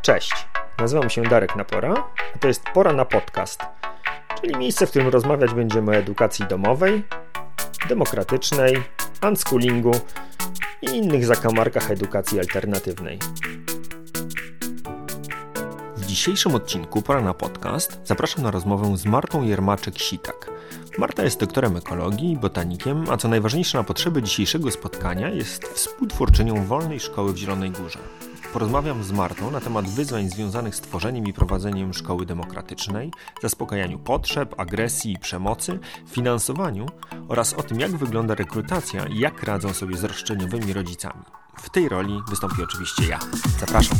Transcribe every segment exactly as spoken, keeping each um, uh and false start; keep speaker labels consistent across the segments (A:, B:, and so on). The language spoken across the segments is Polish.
A: Cześć, nazywam się Darek Napora, a to jest Pora na Podcast, czyli miejsce, w którym rozmawiać będziemy o edukacji domowej, demokratycznej, unschoolingu i innych zakamarkach edukacji alternatywnej. W dzisiejszym odcinku Pora na Podcast zapraszam na rozmowę z Martą Jermaczek-Sitak. Marta jest doktorem ekologii i botanikiem, a co najważniejsze na potrzeby dzisiejszego spotkania jest współtwórczynią Wolnej Szkoły w Zielonej Górze. Porozmawiam z Martą na temat wyzwań związanych z tworzeniem i prowadzeniem szkoły demokratycznej, zaspokajaniu potrzeb, agresji i przemocy, finansowaniu oraz o tym, jak wygląda rekrutacja i jak radzą sobie z roszczeniowymi rodzicami. W tej roli wystąpi oczywiście ja. Zapraszam.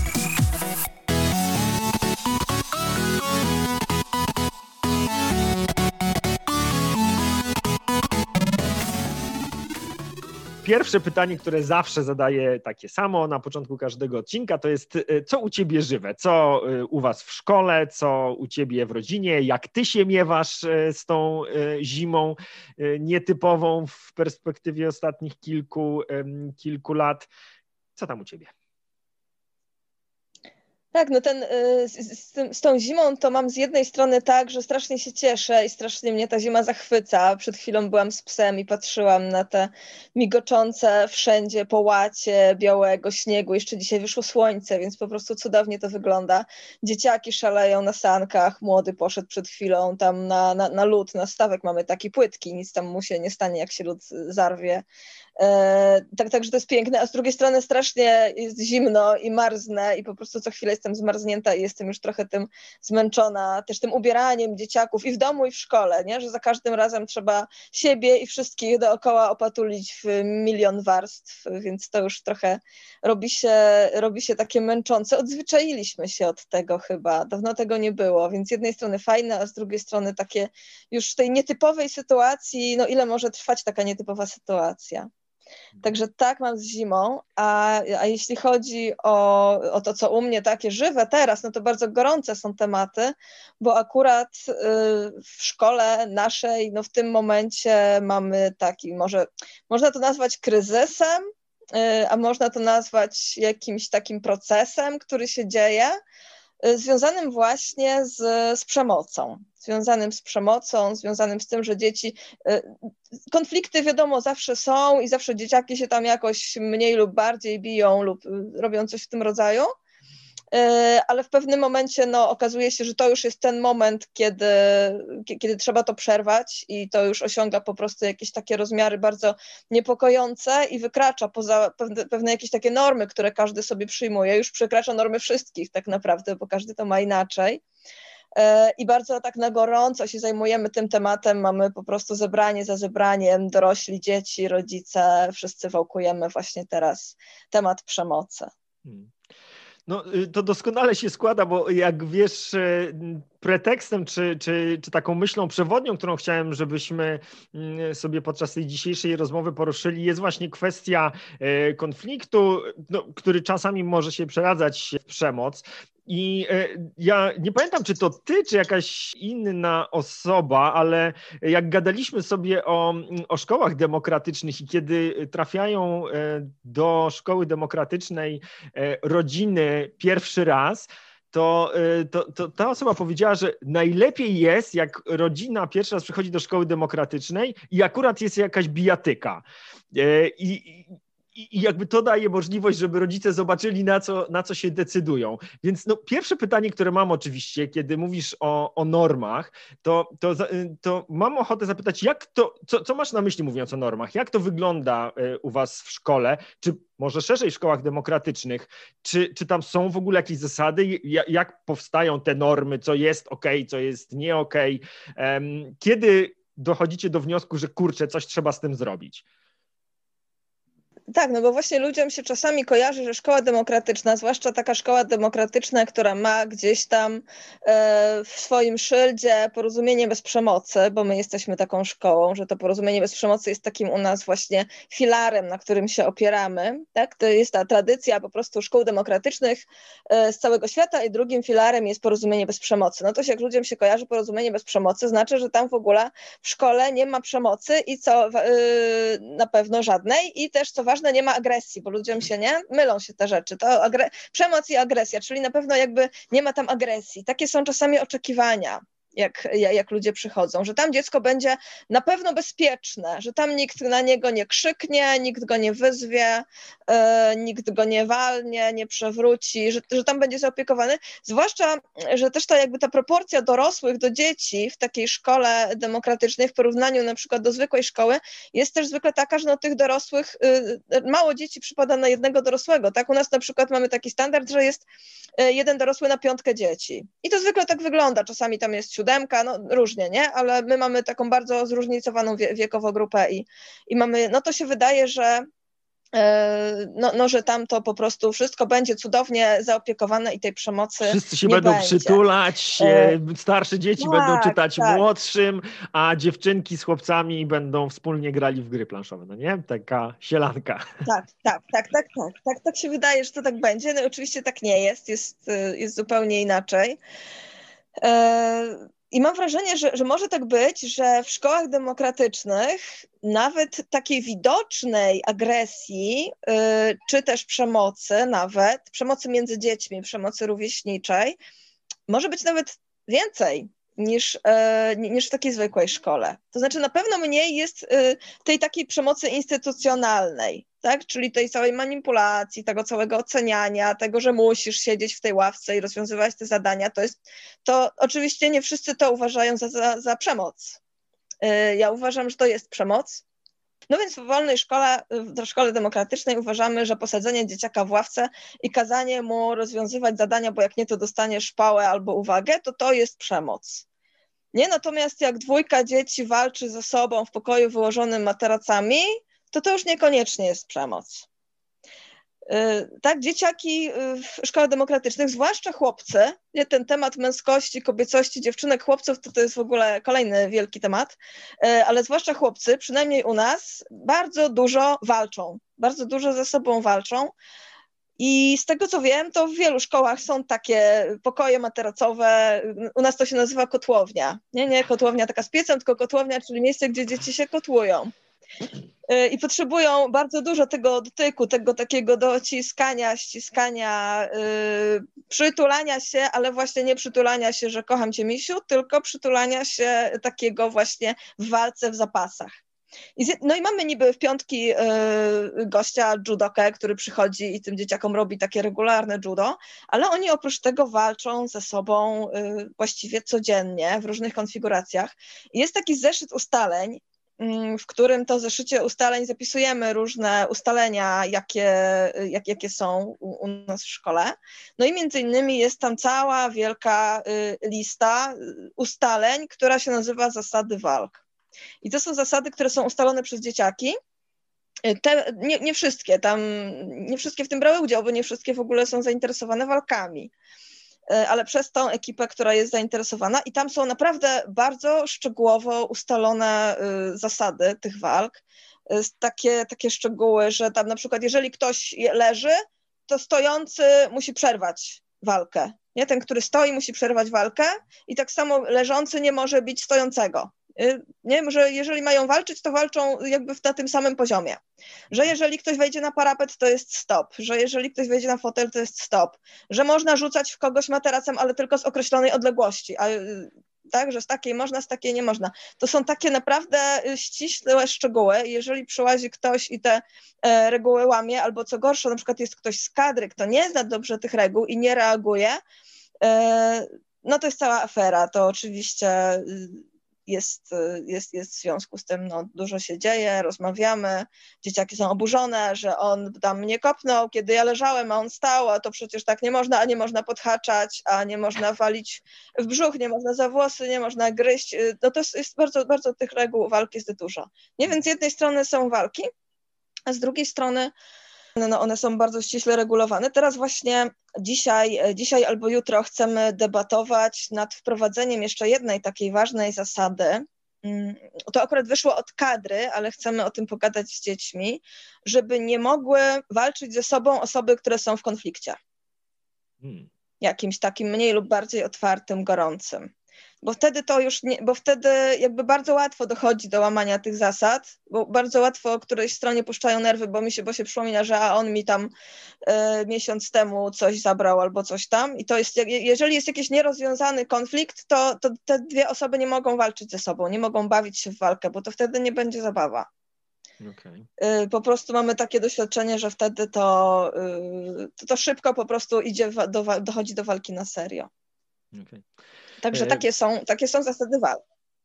A: Pierwsze pytanie, które zawsze zadaję takie samo na początku każdego odcinka, to jest co u Ciebie żywe, co u Was w szkole, co u Ciebie w rodzinie, jak Ty się miewasz z tą zimą nietypową w perspektywie ostatnich kilku, kilku lat. Co tam u Ciebie?
B: Tak, no ten, z, z, z tą zimą to mam z jednej strony tak, że strasznie się cieszę i strasznie mnie ta zima zachwyca. Przed chwilą byłam z psem i patrzyłam na te migoczące wszędzie połacie białego śniegu. Jeszcze dzisiaj wyszło słońce, więc po prostu cudownie to wygląda. Dzieciaki szaleją na sankach, młody poszedł przed chwilą tam na, na, na lód, na stawek mamy taki płytki, nic tam mu się nie stanie, jak się lód zarwie. E, tak, także to jest piękne, a z drugiej strony strasznie jest zimno i marznę i po prostu co chwilę jestem zmarznięta i jestem już trochę tym zmęczona, też tym ubieraniem dzieciaków i w domu i w szkole, nie? Że za każdym razem trzeba siebie i wszystkich dookoła opatulić w milion warstw, więc to już trochę robi się, robi się takie męczące. Odzwyczailiśmy się od tego chyba, dawno tego nie było, więc z jednej strony fajne, a z drugiej strony takie już w tej nietypowej sytuacji, no ile może trwać taka nietypowa sytuacja. Także tak mam z zimą, a, a jeśli chodzi o, o to, co u mnie takie żywe teraz, no to bardzo gorące są tematy, bo akurat y, w szkole naszej, no w tym momencie mamy taki, może można to nazwać kryzysem, y, a można to nazwać jakimś takim procesem, który się dzieje, y, związanym właśnie z, z przemocą. Związanym z przemocą, związanym z tym, że dzieci, konflikty wiadomo zawsze są i zawsze dzieciaki się tam jakoś mniej lub bardziej biją lub robią coś w tym rodzaju, ale w pewnym momencie no, okazuje się, że to już jest ten moment, kiedy, kiedy trzeba to przerwać i to już osiąga po prostu jakieś takie rozmiary bardzo niepokojące i wykracza poza pewne, pewne jakieś takie normy, które każdy sobie przyjmuje, już przekracza normy wszystkich tak naprawdę, bo każdy to ma inaczej. I bardzo tak na gorąco się zajmujemy tym tematem, mamy po prostu zebranie za zebraniem, dorośli, dzieci, rodzice, wszyscy wałkujemy właśnie teraz temat przemocy.
A: Hmm. No to doskonale się składa, bo jak wiesz, pretekstem czy, czy, czy taką myślą przewodnią, którą chciałem, żebyśmy sobie podczas tej dzisiejszej rozmowy poruszyli, jest właśnie kwestia konfliktu, no, który czasami może się przeradzać w przemoc. I ja nie pamiętam, czy to ty, czy jakaś inna osoba, ale jak gadaliśmy sobie o, o szkołach demokratycznych i kiedy trafiają do szkoły demokratycznej rodziny pierwszy raz, To, to, to ta osoba powiedziała, że najlepiej jest, jak rodzina pierwszy raz przychodzi do szkoły demokratycznej i akurat jest jakaś bijatyka. I, I jakby to daje możliwość, żeby rodzice zobaczyli, na co, na co się decydują. Więc no, pierwsze pytanie, które mam oczywiście, kiedy mówisz o, o normach, to, to, to mam ochotę zapytać, jak to, co, co masz na myśli mówiąc o normach? Jak to wygląda u was w szkole? Czy może szerzej w szkołach demokratycznych? Czy, czy tam są w ogóle jakieś zasady? Jak powstają te normy? Co jest okej, co jest nie okej? Kiedy dochodzicie do wniosku, że kurczę, coś trzeba z tym zrobić?
B: Tak, no bo właśnie ludziom się czasami kojarzy, że szkoła demokratyczna, zwłaszcza taka szkoła demokratyczna, która ma gdzieś tam e, w swoim szyldzie porozumienie bez przemocy, bo my jesteśmy taką szkołą, że to porozumienie bez przemocy jest takim u nas właśnie filarem, na którym się opieramy. Tak? To jest ta tradycja po prostu szkół demokratycznych e, z całego świata i drugim filarem jest porozumienie bez przemocy. No to się jak ludziom się kojarzy porozumienie bez przemocy, znaczy, że tam w ogóle w szkole nie ma przemocy i co e, na pewno żadnej i też co ważne, ważne, nie ma agresji, bo ludziom się, nie? Mylą się te rzeczy. To agre- przemoc i agresja, czyli na pewno jakby nie ma tam agresji. Takie są czasami oczekiwania. Jak, jak ludzie przychodzą, że tam dziecko będzie na pewno bezpieczne, że tam nikt na niego nie krzyknie, nikt go nie wyzwie, e, nikt go nie walnie, nie przewróci, że, że tam będzie zaopiekowany. Zwłaszcza, że też ta jakby ta proporcja dorosłych do dzieci w takiej szkole demokratycznej w porównaniu na przykład do zwykłej szkoły jest też zwykle taka, że no tych dorosłych, y, mało dzieci przypada na jednego dorosłego. Tak? U nas na przykład mamy taki standard, że jest jeden dorosły na piątkę dzieci. I to zwykle tak wygląda. Czasami tam jest siódemka, no różnie, nie? Ale my mamy taką bardzo zróżnicowaną wie, wiekowo grupę i, i mamy, no to się wydaje, że No, no, że tam to po prostu wszystko będzie cudownie zaopiekowane i tej przemocy
A: Wszyscy się
B: nie
A: będą
B: będzie.
A: przytulać, starsze dzieci
B: tak,
A: będą czytać
B: tak.
A: młodszym, a dziewczynki z chłopcami będą wspólnie grali w gry planszowe, no nie? Taka sielanka.
B: Tak, tak, tak, tak, tak, tak, tak się wydaje, że to tak będzie. No oczywiście tak nie jest, jest, jest zupełnie inaczej. I mam wrażenie, że, że może tak być, że w szkołach demokratycznych nawet takiej widocznej agresji, czy też przemocy nawet, przemocy między dziećmi, przemocy rówieśniczej, może być nawet więcej niż, niż w takiej zwykłej szkole. To znaczy na pewno mniej jest tej takiej przemocy instytucjonalnej, tak? Czyli tej całej manipulacji, tego całego oceniania, tego, że musisz siedzieć w tej ławce i rozwiązywać te zadania. To jest, to oczywiście nie wszyscy to uważają za, za, za przemoc. Ja uważam, że to jest przemoc. No więc w wolnej szkole, w szkole demokratycznej uważamy, że posadzenie dzieciaka w ławce i kazanie mu rozwiązywać zadania, bo jak nie, to dostanie szpałę albo uwagę, to to jest przemoc. Nie? Natomiast jak dwójka dzieci walczy ze sobą w pokoju wyłożonym materacami, to to już niekoniecznie jest przemoc. Tak, dzieciaki w szkołach demokratycznych, zwłaszcza chłopcy, ten temat męskości, kobiecości, dziewczynek, chłopców, to to jest w ogóle kolejny wielki temat, ale zwłaszcza chłopcy, przynajmniej u nas, bardzo dużo walczą, bardzo dużo ze sobą walczą. I z tego co wiem, to w wielu szkołach są takie pokoje materacowe, u nas to się nazywa kotłownia. Nie, nie kotłownia taka z piecem, tylko kotłownia, czyli miejsce, gdzie dzieci się kotłują. I potrzebują bardzo dużo tego dotyku, tego takiego dociskania, ściskania, yy, przytulania się, ale właśnie nie przytulania się, że kocham cię, misiu, tylko przytulania się takiego właśnie w walce w zapasach. I z, no i mamy niby w piątki yy, gościa judokę, który przychodzi i tym dzieciakom robi takie regularne judo, ale oni oprócz tego walczą ze sobą yy, właściwie codziennie w różnych konfiguracjach. I jest taki zeszyt ustaleń, w którym to zeszycie ustaleń zapisujemy różne ustalenia, jakie, jak, jakie są u, u nas w szkole. No i między innymi jest tam cała wielka y, lista ustaleń, która się nazywa zasady walk. I to są zasady, które są ustalone przez dzieciaki. Te, nie, nie wszystkie, tam, nie wszystkie w tym brały udział, bo nie wszystkie w ogóle są zainteresowane walkami. Ale przez tą ekipę, która jest zainteresowana i tam są naprawdę bardzo szczegółowo ustalone zasady tych walk, takie, takie szczegóły, że tam na przykład jeżeli ktoś leży, to stojący musi przerwać walkę, nie? Ten, który stoi, musi przerwać walkę i tak samo leżący nie może bić stojącego. Nie? Że jeżeli mają walczyć, to walczą jakby na tym samym poziomie. Że jeżeli ktoś wejdzie na parapet, to jest stop. Że jeżeli ktoś wejdzie na fotel, to jest stop. Że można rzucać w kogoś materacem, ale tylko z określonej odległości. A, tak, że z takiej można, z takiej nie można. To są takie naprawdę ściśle szczegóły. Jeżeli przyłazi ktoś i te e, reguły łamie, albo co gorsza, na przykład jest ktoś z kadry, kto nie zna dobrze tych reguł i nie reaguje, e, no to jest cała afera. To oczywiście Jest, jest, jest w związku z tym, no, dużo się dzieje, rozmawiamy, dzieciaki są oburzone, że on tam mnie kopnął, kiedy ja leżałem, a on stał, a to przecież tak nie można, a nie można podhaczać, a nie można walić w brzuch, nie można za włosy, nie można gryźć. No to jest bardzo, bardzo tych reguł walki jest dużo. Nie, więc z jednej strony są walki, a z drugiej strony no one są bardzo ściśle regulowane. Teraz właśnie dzisiaj, dzisiaj albo jutro chcemy debatować nad wprowadzeniem jeszcze jednej takiej ważnej zasady. To akurat wyszło od kadry, ale chcemy o tym pogadać z dziećmi, żeby nie mogły walczyć ze sobą osoby, które są w konflikcie. Hmm. Jakimś takim mniej lub bardziej otwartym, gorącym. bo wtedy to już nie, bo wtedy jakby bardzo łatwo dochodzi do łamania tych zasad, bo bardzo łatwo którejś stronie puszczają nerwy, bo mi się, bo się przypomina, że a on mi tam e, miesiąc temu coś zabrał albo coś tam i to jest, jeżeli jest jakiś nierozwiązany konflikt, to, to te dwie osoby nie mogą walczyć ze sobą, nie mogą bawić się w walkę, bo to wtedy nie będzie zabawa.
A: Okay.
B: Po prostu mamy takie doświadczenie, że wtedy to, to, to szybko po prostu idzie, do, dochodzi do walki na serio.
A: Okay.
B: Także takie są, takie są zasady walk.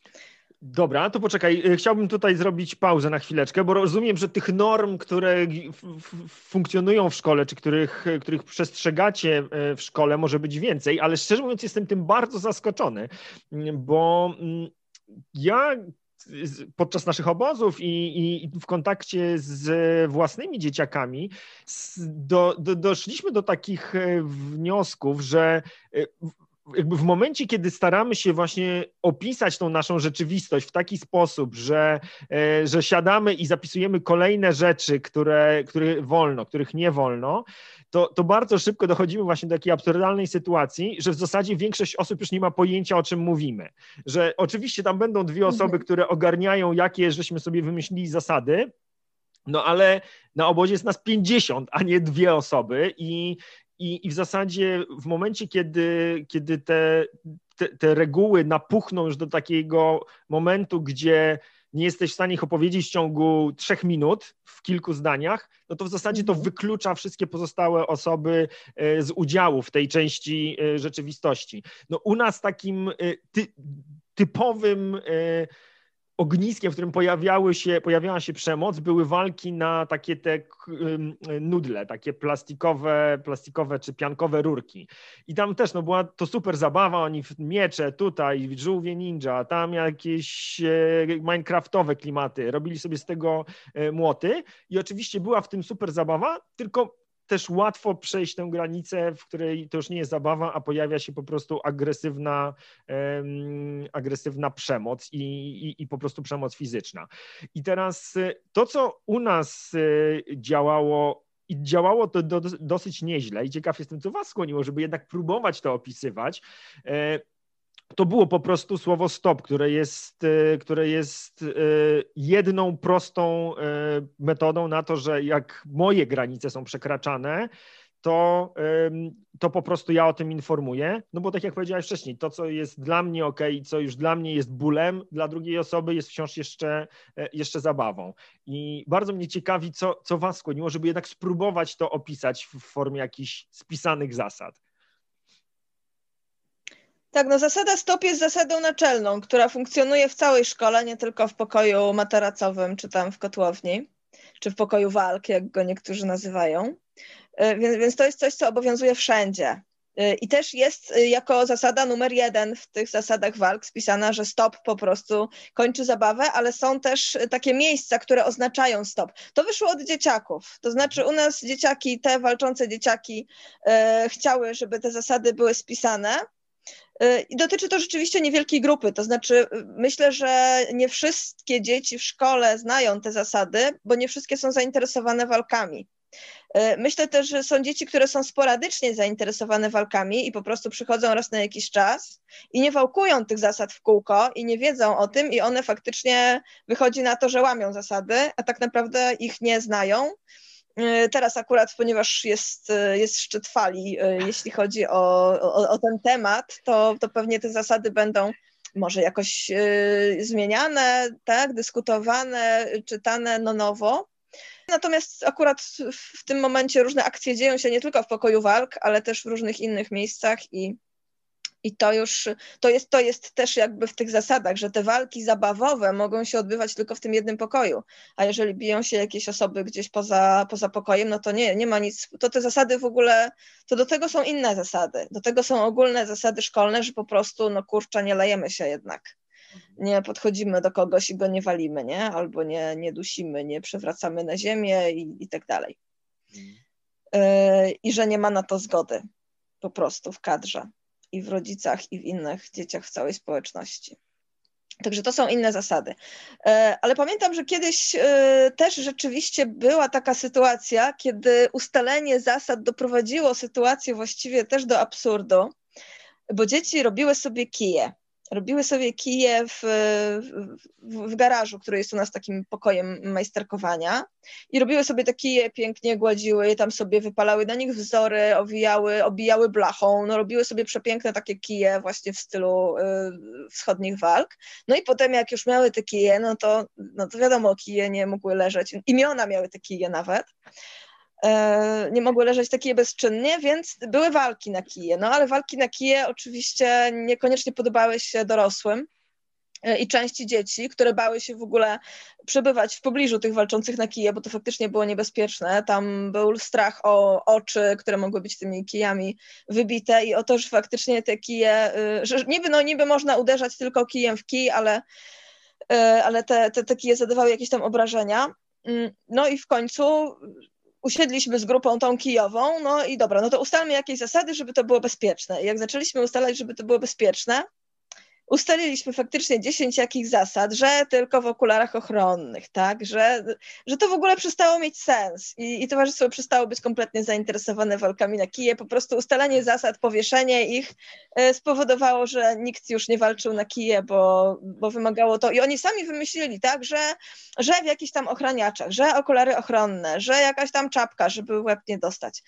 A: Dobra, to poczekaj, chciałbym tutaj zrobić pauzę na chwileczkę, bo rozumiem, że tych norm, które funkcjonują w szkole, czy których, których przestrzegacie w szkole, może być więcej, ale szczerze mówiąc jestem tym bardzo zaskoczony, bo ja podczas naszych obozów i, i w kontakcie z własnymi dzieciakami do, do, doszliśmy do takich wniosków, że jakby w momencie, kiedy staramy się właśnie opisać tą naszą rzeczywistość w taki sposób, że, że siadamy i zapisujemy kolejne rzeczy, które, które wolno, których nie wolno, to, to bardzo szybko dochodzimy właśnie do takiej absurdalnej sytuacji, że w zasadzie większość osób już nie ma pojęcia, o czym mówimy. Że oczywiście tam będą dwie osoby, które ogarniają, jakie żeśmy sobie wymyślili zasady, no ale na obozie jest nas pięćdziesiąt, a nie dwie osoby i I, I w zasadzie w momencie, kiedy, kiedy te, te, te reguły napuchną już do takiego momentu, gdzie nie jesteś w stanie ich opowiedzieć w ciągu trzech minut, w kilku zdaniach, no to w zasadzie to wyklucza wszystkie pozostałe osoby z udziału w tej części rzeczywistości. No u nas takim ty, typowym ogniskiem, w którym pojawiały się, pojawiała się przemoc, były walki na takie te nudle, takie plastikowe, plastikowe czy piankowe rurki. I tam też no, była to super zabawa, oni miecze tutaj, żółwie ninja, tam jakieś minecraftowe klimaty, robili sobie z tego młoty i oczywiście była w tym super zabawa, tylko też łatwo przejść tę granicę, w której to już nie jest zabawa, a pojawia się po prostu agresywna, um, agresywna przemoc i, i, i po prostu przemoc fizyczna. I teraz to, co u nas działało i działało to do, dosyć nieźle i ciekaw jestem, co was skłoniło, żeby jednak próbować to opisywać, to było po prostu słowo stop, które jest, które jest jedną prostą metodą na to, że jak moje granice są przekraczane, to, to po prostu ja o tym informuję, no bo tak jak powiedziałeś wcześniej, to co jest dla mnie ok, co już dla mnie jest bólem, dla drugiej osoby jest wciąż jeszcze, jeszcze zabawą. I bardzo mnie ciekawi, co, co was skłoniło, żeby jednak spróbować to opisać w formie jakichś spisanych zasad.
B: Tak, no zasada stop jest zasadą naczelną, która funkcjonuje w całej szkole, nie tylko w pokoju materacowym, czy tam w kotłowni, czy w pokoju walk, jak go niektórzy nazywają. Więc, więc to jest coś, co obowiązuje wszędzie. I też jest jako zasada numer jeden w tych zasadach walk spisana, że stop po prostu kończy zabawę, ale są też takie miejsca, które oznaczają stop. To wyszło od dzieciaków, to znaczy u nas dzieciaki, te walczące dzieciaki e, chciały, żeby te zasady były spisane. I dotyczy to rzeczywiście niewielkiej grupy, to znaczy myślę, że nie wszystkie dzieci w szkole znają te zasady, bo nie wszystkie są zainteresowane walkami. Myślę też, że są dzieci, które są sporadycznie zainteresowane walkami i po prostu przychodzą raz na jakiś czas i nie wałkują tych zasad w kółko i nie wiedzą o tym i one faktycznie wychodzi na to, że łamią zasady, a tak naprawdę ich nie znają. Teraz akurat, ponieważ jest, jest szczyt fali, jeśli chodzi o, o, o ten temat, to, to pewnie te zasady będą może jakoś zmieniane, tak, dyskutowane, czytane na nowo. Natomiast akurat w tym momencie różne akcje dzieją się nie tylko w pokoju walk, ale też w różnych innych miejscach i I to już, to jest, to jest też jakby w tych zasadach, że te walki zabawowe mogą się odbywać tylko w tym jednym pokoju, a jeżeli biją się jakieś osoby gdzieś poza, poza pokojem, no to nie, nie ma nic, to te zasady w ogóle, to do tego są inne zasady, do tego są ogólne zasady szkolne, że po prostu, no kurczę, nie lejemy się jednak, nie podchodzimy do kogoś i go nie walimy, nie, albo nie, nie dusimy, nie przewracamy na ziemię i, i tak dalej. Yy, I że nie ma na to zgody po prostu w kadrze. I w rodzicach, i w innych dzieciach w całej społeczności. Także to są inne zasady. Ale pamiętam, że kiedyś też rzeczywiście była taka sytuacja, kiedy ustalenie zasad doprowadziło sytuację właściwie też do absurdu, bo dzieci robiły sobie kije. robiły sobie kije w, w, w garażu, który jest u nas takim pokojem majsterkowania i robiły sobie te kije, pięknie gładziły je, tam sobie wypalały na nich wzory, owijały, obijały blachą, no robiły sobie przepiękne takie kije właśnie w stylu y, wschodnich walk. No i potem jak już miały te kije, no to, no to wiadomo, kije nie mogły leżeć, imiona miały te kije nawet. Nie mogły leżeć takie bezczynnie, więc były walki na kije. No ale walki na kije oczywiście niekoniecznie podobały się dorosłym i części dzieci, które bały się w ogóle przebywać w pobliżu tych walczących na kije, bo to faktycznie było niebezpieczne. Tam był strach o oczy, które mogły być tymi kijami wybite i o to, że faktycznie te kije, że niby, no, niby można uderzać tylko kijem w kij, ale, ale te, te, te kije zadawały jakieś tam obrażenia. No i w końcu usiedliśmy z grupą tą kijową, no i dobra, no to ustalmy jakieś zasady, żeby to było bezpieczne. I jak zaczęliśmy ustalać, żeby to było bezpieczne, ustaliliśmy faktycznie dziesięć jakich zasad, że tylko w okularach ochronnych, tak, że, że to w ogóle przestało mieć sens i, i towarzystwo przestało być kompletnie zainteresowane walkami na kije, po prostu ustalenie zasad, powieszenie ich spowodowało, że nikt już nie walczył na kije, bo, bo wymagało to i oni sami wymyślili, tak, że, że w jakichś tam ochraniaczach, że okulary ochronne, że jakaś tam czapka, żeby łeb nie dostać.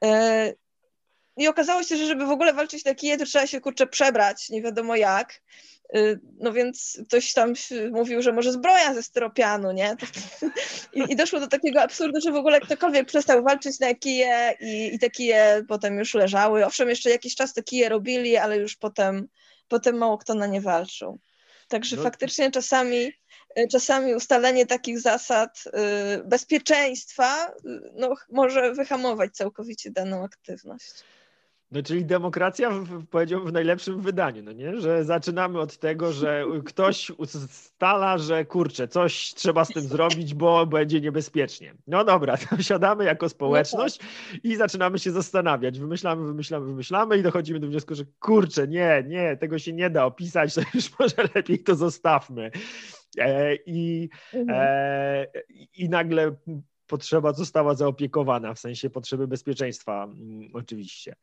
B: I okazało się, że żeby w ogóle walczyć na kije, to trzeba się, kurczę, przebrać, nie wiadomo jak. No więc ktoś tam mówił, że może zbroja ze styropianu, nie? I, i doszło do takiego absurdu, że w ogóle ktokolwiek przestał walczyć na kije i, i te kije potem już leżały. Owszem, jeszcze jakiś czas te kije robili, ale już potem, potem mało kto na nie walczył. Także no. Faktycznie czasami, czasami ustalenie takich zasad y, bezpieczeństwa y, no, może wyhamować całkowicie daną aktywność.
A: No czyli demokracja, powiedziałbym, w najlepszym wydaniu, no nie? Że zaczynamy od tego, że ktoś ustala, że kurczę, coś trzeba z tym zrobić, bo będzie niebezpiecznie. No dobra, to siadamy jako społeczność no tak. I zaczynamy się zastanawiać. Wymyślamy, wymyślamy, wymyślamy i dochodzimy do wniosku, że kurczę, nie, nie, tego się nie da opisać, to już może lepiej to zostawmy. E, i, mhm. e, I nagle potrzeba została zaopiekowana, w sensie potrzeby bezpieczeństwa oczywiście.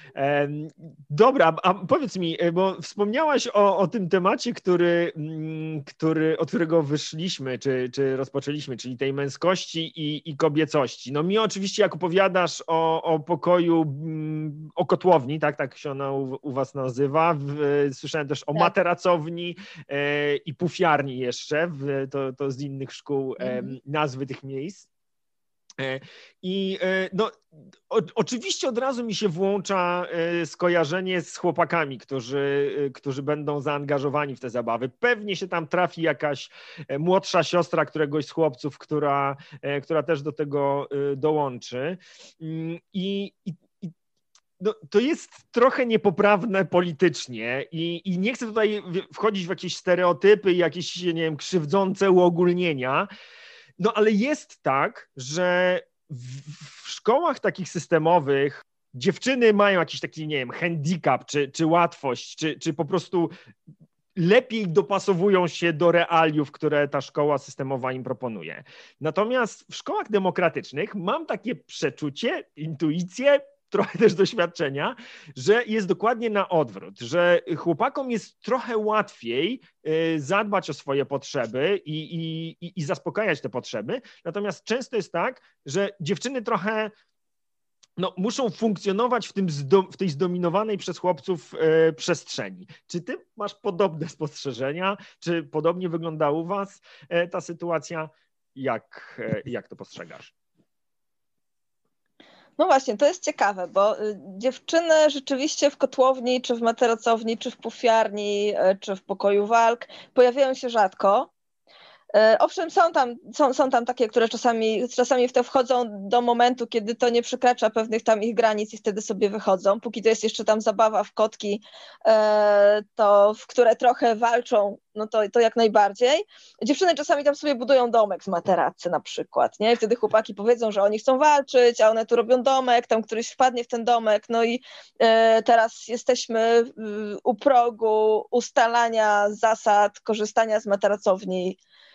A: Dobra, a powiedz mi, bo wspomniałaś o, o tym temacie, który, który, od którego wyszliśmy, czy, czy rozpoczęliśmy, czyli tej męskości i, i kobiecości. No mi oczywiście, jak opowiadasz o, o pokoju, o kotłowni, tak, tak się ona u, u was nazywa, w, słyszałem też o tak. materacowni e, i pufiarni jeszcze, w, to, to z innych szkół e, nazwy tych miejsc. I no, o, oczywiście od razu mi się włącza skojarzenie z chłopakami, którzy, którzy będą zaangażowani w te zabawy. Pewnie się tam trafi jakaś młodsza siostra któregoś z chłopców, która, która też do tego dołączy. I, i No, to jest trochę niepoprawne politycznie i, i nie chcę tutaj wchodzić w jakieś stereotypy i jakieś, nie wiem, krzywdzące uogólnienia. No ale jest tak, że w, w szkołach takich systemowych dziewczyny mają jakiś taki, nie wiem, handicap, czy, czy łatwość, czy, czy po prostu lepiej dopasowują się do realiów, które ta szkoła systemowa im proponuje. Natomiast w szkołach demokratycznych mam takie przeczucie, intuicję, trochę też doświadczenia, że jest dokładnie na odwrót, że chłopakom jest trochę łatwiej zadbać o swoje potrzeby i, i, i zaspokajać te potrzeby, natomiast często jest tak, że dziewczyny trochę no, muszą funkcjonować w, tym zdo, w tej zdominowanej przez chłopców e, przestrzeni. Czy ty masz podobne spostrzeżenia? Czy podobnie wygląda u was e, ta sytuacja? Jak, e, jak to postrzegasz?
B: No właśnie, to jest ciekawe, bo dziewczyny rzeczywiście w kotłowni, czy w materacowni, czy w pufiarni, czy w pokoju walk pojawiają się rzadko. Owszem, są tam, są, są tam takie, które czasami, czasami w to wchodzą do momentu, kiedy to nie przekracza pewnych tam ich granic i wtedy sobie wychodzą. Póki to jest jeszcze tam zabawa w kotki, to w które trochę walczą, no to, to jak najbardziej. Dziewczyny czasami tam sobie budują domek z materacy na przykład, nie? I wtedy chłopaki powiedzą, że oni chcą walczyć, a one tu robią domek, tam któryś wpadnie w ten domek, no i teraz jesteśmy u progu ustalania zasad korzystania z materacowni.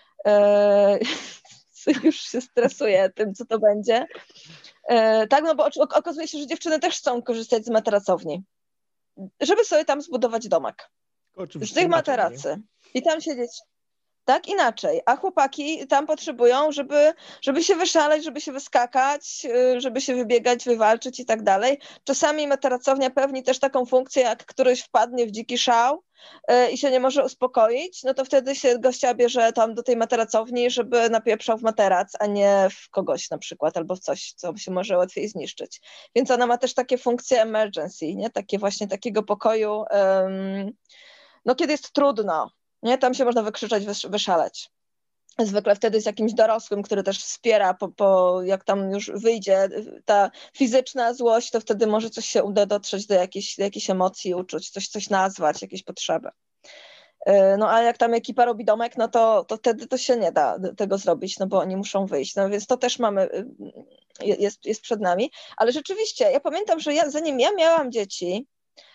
B: Już się stresuję tym, co to będzie. Tak, no bo okazuje się, że dziewczyny też chcą korzystać z materacowni, żeby sobie tam zbudować domek.
A: Oczywiście
B: z tych
A: inaczej,
B: materacy. I tam siedzieć tak inaczej, a chłopaki tam potrzebują, żeby, żeby się wyszaleć, żeby się wyskakać, żeby się wybiegać, wywalczyć i tak dalej. Czasami materacownia pełni też taką funkcję, jak któryś wpadnie w dziki szał i się nie może uspokoić, no to wtedy się gościa bierze tam do tej materacowni, żeby napieprzał w materac, a nie w kogoś na przykład, albo w coś, co się może łatwiej zniszczyć. Więc ona ma też takie funkcje emergency, nie? Takie właśnie takiego pokoju, um, no kiedy jest trudno, nie? Tam się można wykrzyczeć, wyszaleć. Zwykle wtedy z jakimś dorosłym, który też wspiera, po, po, jak tam już wyjdzie ta fizyczna złość, to wtedy może coś się uda dotrzeć do jakiejś, do jakiejś emocji, uczuć, coś, coś nazwać, jakieś potrzeby. No a jak tam ekipa robi domek, no to, to wtedy to się nie da tego zrobić, no bo oni muszą wyjść. No więc to też mamy, jest, jest przed nami. Ale rzeczywiście, ja pamiętam, że ja, zanim ja miałam dzieci,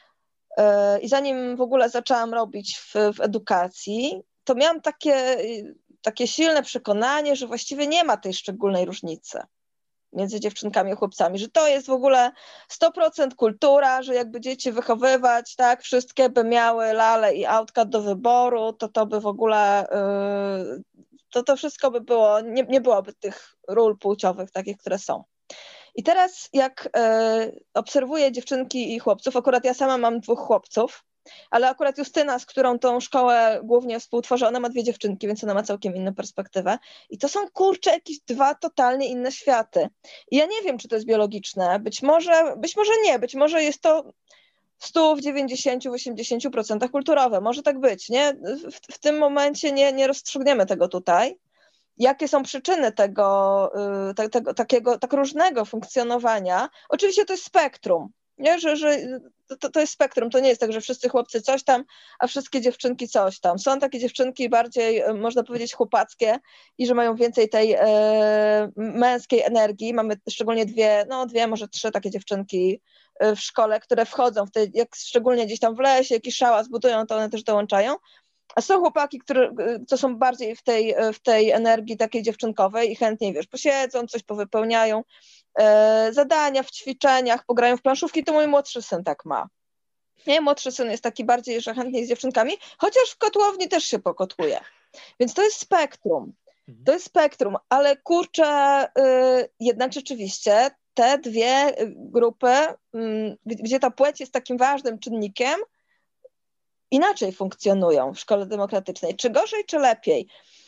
B: i zanim w ogóle zaczęłam robić w, w edukacji, to miałam takie, takie silne przekonanie, że właściwie nie ma tej szczególnej różnicy między dziewczynkami a chłopcami, że to jest w ogóle sto procent kultura, że jakby dzieci wychowywać, tak, wszystkie by miały lalę i autka do wyboru, to to by w ogóle, yy, to to wszystko by było, nie, nie byłoby tych ról płciowych takich, które są. I teraz jak e, obserwuję dziewczynki i chłopców, akurat ja sama mam dwóch chłopców, ale akurat Justyna, z którą tą szkołę głównie współtworzę, ona ma dwie dziewczynki, więc ona ma całkiem inną perspektywę. I to są, kurczę, jakieś dwa totalnie inne światy. I ja nie wiem, czy to jest biologiczne, być może, być może nie, być może jest to w stu, w dziewięćdziesięciu, w osiemdziesięciu procentach kulturowe, może tak być, nie? W, w tym momencie nie, nie rozstrzygniemy tego tutaj. Jakie są przyczyny tego, te, tego takiego tak różnego funkcjonowania? Oczywiście to jest spektrum, nie? Że, że to, to jest spektrum, to nie jest tak, że wszyscy chłopcy coś tam, a wszystkie dziewczynki coś tam. Są takie dziewczynki bardziej, można powiedzieć, chłopackie i że mają więcej tej e, męskiej energii. Mamy szczególnie dwie, no dwie, może trzy takie dziewczynki w szkole, które wchodzą w te, jak szczególnie gdzieś tam w lesie, jakiś szałas budują, to one też dołączają. A są chłopaki, które, co są bardziej w tej, w tej energii takiej dziewczynkowej i chętnie, wiesz, posiedzą, coś powypełniają, e, zadania w ćwiczeniach, pograją w planszówki, to mój młodszy syn tak ma. Nie, młodszy syn jest taki bardziej, że chętnie z dziewczynkami, chociaż w kotłowni też się pokotłuje. Więc to jest spektrum, to jest spektrum, ale kurczę, y, jednak rzeczywiście te dwie grupy, y, gdzie ta płeć jest takim ważnym czynnikiem, inaczej funkcjonują w szkole demokratycznej. Czy gorzej, czy lepiej?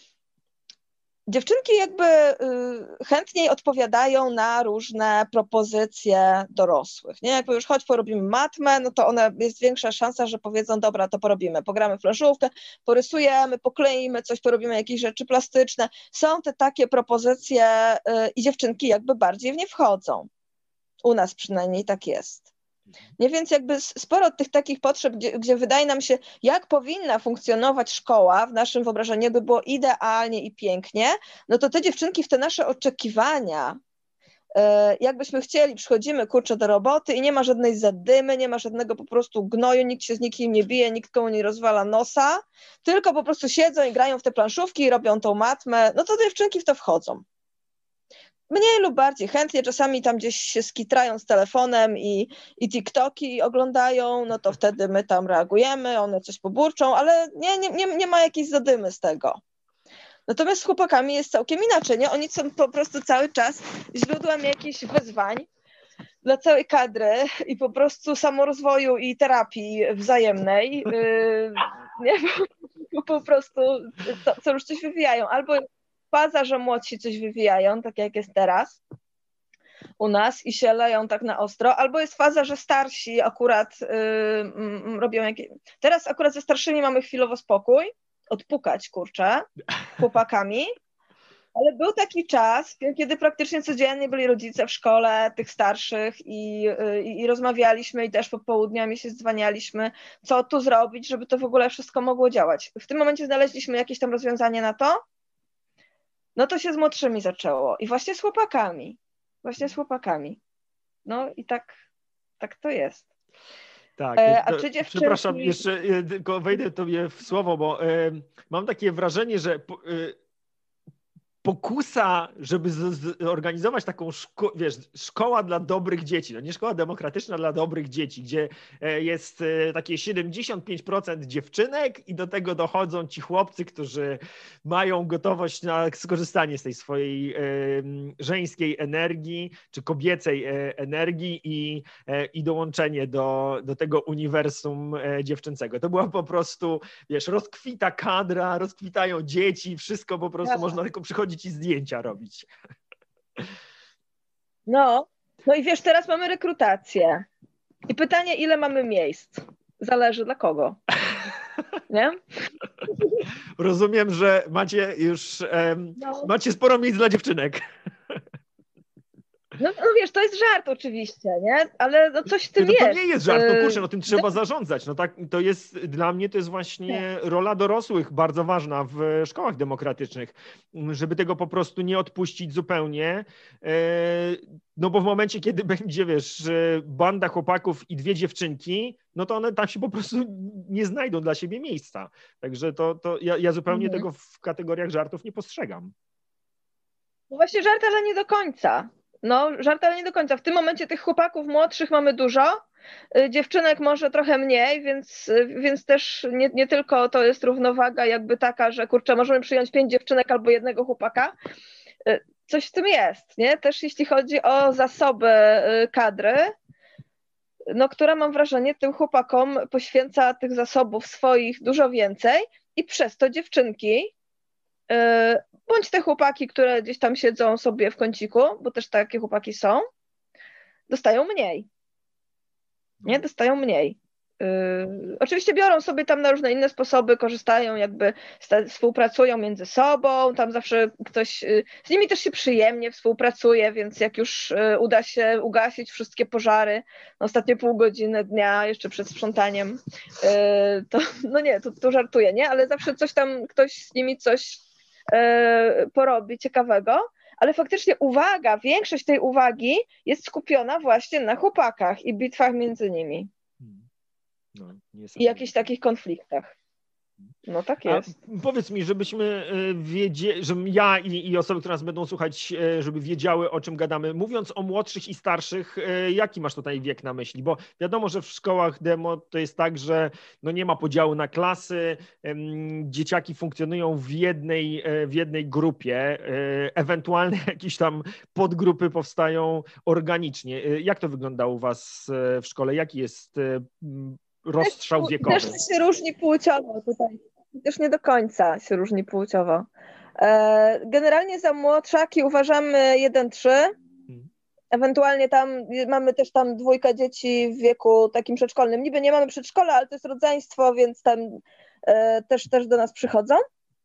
B: Dziewczynki jakby y, chętniej odpowiadają na różne propozycje dorosłych. Nie? Jak już chodź, porobimy matmę, no to one, jest większa szansa, że powiedzą, dobra, to porobimy. Pogramy w planszówkę, porysujemy, pokleimy coś, porobimy jakieś rzeczy plastyczne. Są te takie propozycje y, i dziewczynki jakby bardziej w nie wchodzą. U nas przynajmniej tak jest. Nie, więc jakby sporo tych takich potrzeb, gdzie, gdzie wydaje nam się, jak powinna funkcjonować szkoła w naszym wyobrażeniu, by było idealnie i pięknie, no to te dziewczynki w te nasze oczekiwania, jakbyśmy chcieli, przychodzimy, kurczę, do roboty i nie ma żadnej zadymy, nie ma żadnego po prostu gnoju, nikt się z nikim nie bije, nikt komu nie rozwala nosa, tylko po prostu siedzą i grają w te planszówki i robią tą matmę, no to dziewczynki w to wchodzą. Mniej lub bardziej chętnie, czasami tam gdzieś się skitrają z telefonem i, i TikToki oglądają, no to wtedy my tam reagujemy, one coś poburczą, ale nie, nie, nie, nie ma jakiejś zadymy z tego. Natomiast z chłopakami jest całkiem inaczej, nie? Oni są po prostu cały czas źródłem jakichś wyzwań dla całej kadry i po prostu samorozwoju i terapii wzajemnej, yy, nie? Bo po prostu co, co już coś wywijają, albo faza, że młodsi coś wywijają, tak jak jest teraz u nas i się leją tak na ostro, albo jest faza, że starsi akurat yy, robią jakieś... Teraz akurat ze starszymi mamy chwilowo spokój, odpukać, kurczę, chłopakami, ale był taki czas, kiedy praktycznie codziennie byli rodzice w szkole tych starszych i, i, i rozmawialiśmy i też popołudniami się dzwanialiśmy, co tu zrobić, żeby to w ogóle wszystko mogło działać. W tym momencie znaleźliśmy jakieś tam rozwiązanie na to, no to się z młodszymi zaczęło. I właśnie z chłopakami. Właśnie z chłopakami. No i tak, tak to jest.
A: Tak,
B: e,
A: a
B: czy dziewczynki...
A: przepraszam, jeszcze tylko wejdę tobie w słowo, bo y, mam takie wrażenie, że y, pokusa, żeby zorganizować taką szko- wiesz, szkoła dla dobrych dzieci, no nie szkoła demokratyczna dla dobrych dzieci, gdzie jest takie siedemdziesiąt pięć procent dziewczynek i do tego dochodzą ci chłopcy, którzy mają gotowość na skorzystanie z tej swojej e, żeńskiej energii, czy kobiecej e, energii i, e, i dołączenie do, do tego uniwersum e, dziewczęcego. To była po prostu, wiesz, rozkwita kadra, rozkwitają dzieci, wszystko po prostu, ja. Można tylko przychodzić i zdjęcia robić.
B: No, no i wiesz, teraz mamy rekrutację. I pytanie, ile mamy miejsc? Zależy dla kogo. Nie?
A: Rozumiem, że macie już um, no. macie sporo miejsc dla dziewczynek.
B: No, no wiesz, to jest żart oczywiście, nie? Ale no coś w tym
A: no,
B: jest.
A: To nie jest żart, no kurczę, no tym trzeba zarządzać. No tak, to jest, dla mnie to jest właśnie rola dorosłych bardzo ważna w szkołach demokratycznych, żeby tego po prostu nie odpuścić zupełnie. No bo w momencie, kiedy będzie, wiesz, banda chłopaków i dwie dziewczynki, no to one tam się po prostu nie znajdą dla siebie miejsca. Także to, to ja, ja zupełnie mhm. tego w kategoriach żartów nie postrzegam.
B: No właśnie żart, ale nie do końca. No, żart, ale nie do końca. W tym momencie tych chłopaków młodszych mamy dużo, dziewczynek może trochę mniej, więc, więc też nie, nie tylko to jest równowaga jakby taka, że kurczę, możemy przyjąć pięć dziewczynek albo jednego chłopaka. Coś w tym jest, nie? Też jeśli chodzi o zasoby kadry, no, która mam wrażenie tym chłopakom poświęca tych zasobów swoich dużo więcej i przez to dziewczynki bądź te chłopaki, które gdzieś tam siedzą sobie w kąciku, bo też takie chłopaki są, dostają mniej. Nie? Dostają mniej. Yy, oczywiście biorą sobie tam na różne inne sposoby, korzystają, jakby współpracują między sobą, tam zawsze ktoś, yy, z nimi też się przyjemnie współpracuje, więc jak już yy, uda się ugasić wszystkie pożary na ostatnie pół godziny dnia, jeszcze przed sprzątaniem, yy, to no nie, to, to żartuję, nie? Ale zawsze coś tam, ktoś z nimi coś porobi ciekawego, ale faktycznie uwaga, większość tej uwagi jest skupiona właśnie na chłopakach i bitwach między nimi. No, i jakichś takich konfliktach. No tak jest.
A: A powiedz mi, żebyśmy wiedzieli, że ja i, i osoby, które nas będą słuchać, żeby wiedziały, o czym gadamy. Mówiąc o młodszych i starszych, jaki masz tutaj wiek na myśli? Bo wiadomo, że w szkołach demo to jest tak, że no nie ma podziału na klasy, dzieciaki funkcjonują w jednej, w jednej grupie, ewentualnie jakieś tam podgrupy powstają organicznie. Jak to wygląda u was w szkole? Jaki jest rozstrzał wiekowy?
B: Też się różni płciowo tutaj. Też nie do końca się różni płciowo. Generalnie za młodszaki uważamy jeden trzy. Hmm. Ewentualnie tam mamy też tam dwójkę dzieci w wieku takim przedszkolnym. Niby nie mamy przedszkola, ale to jest rodzeństwo, więc tam też, też do nas przychodzą.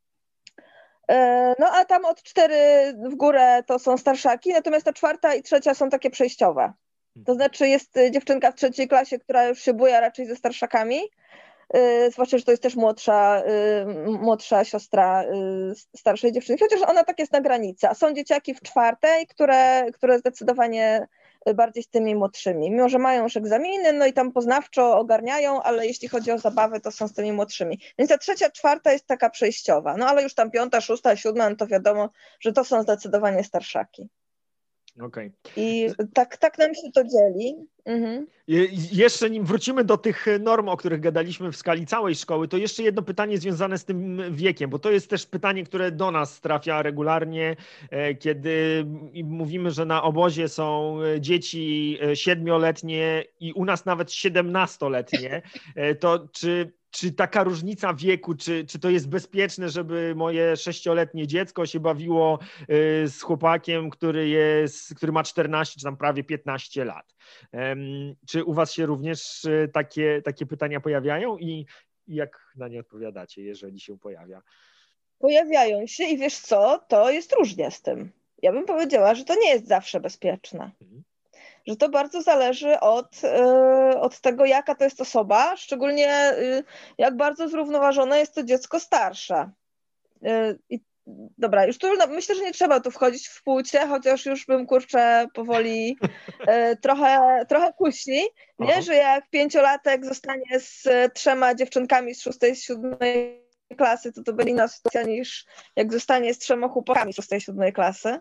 B: No a tam od cztery w górę to są starszaki, natomiast ta czwarta i trzecia są takie przejściowe. To znaczy jest dziewczynka w trzeciej klasie, która już się buja raczej ze starszakami, yy, zwłaszcza, że to jest też młodsza, yy, młodsza siostra yy, starszej dziewczynki, chociaż ona tak jest na granicy, a są dzieciaki w czwartej, które, które zdecydowanie bardziej z tymi młodszymi, mimo że mają już egzaminy, no i tam poznawczo ogarniają, ale jeśli chodzi o zabawę, to są z tymi młodszymi. Więc ta trzecia, czwarta jest taka przejściowa, no ale już tam piąta, szósta, siódma, no to wiadomo, że to są zdecydowanie starszaki.
A: Okay.
B: I tak, tak nam się to dzieli. Mhm.
A: Jeszcze nim wrócimy do tych norm, o których gadaliśmy w skali całej szkoły, to jeszcze jedno pytanie związane z tym wiekiem, bo to jest też pytanie, które do nas trafia regularnie, kiedy mówimy, że na obozie są dzieci siedmioletnie i u nas nawet siedemnastoletnie, to czy Czy taka różnica wieku, czy, czy to jest bezpieczne, żeby moje sześcioletnie dziecko się bawiło z chłopakiem, który, jest, który ma czternaście czy tam prawie piętnaście lat? Czy u was się również takie, takie pytania pojawiają i jak na nie odpowiadacie, jeżeli się pojawia?
B: Pojawiają się i wiesz co, to jest różnie z tym. Ja bym powiedziała, że to nie jest zawsze bezpieczne. Mhm. Że to bardzo zależy od, od tego, jaka to jest osoba, szczególnie jak bardzo zrównoważone jest to dziecko starsze. I dobra, już tu myślę, że nie trzeba tu wchodzić w płcie, chociaż już bym, kurczę, powoli trochę, trochę kuśni, nie? Że jak pięciolatek zostanie z trzema dziewczynkami z szóstej, z siódmej klasy, to to będzie inna sytuacja niż jak zostanie z trzema chłopakami z szóstej, siódmej klasy.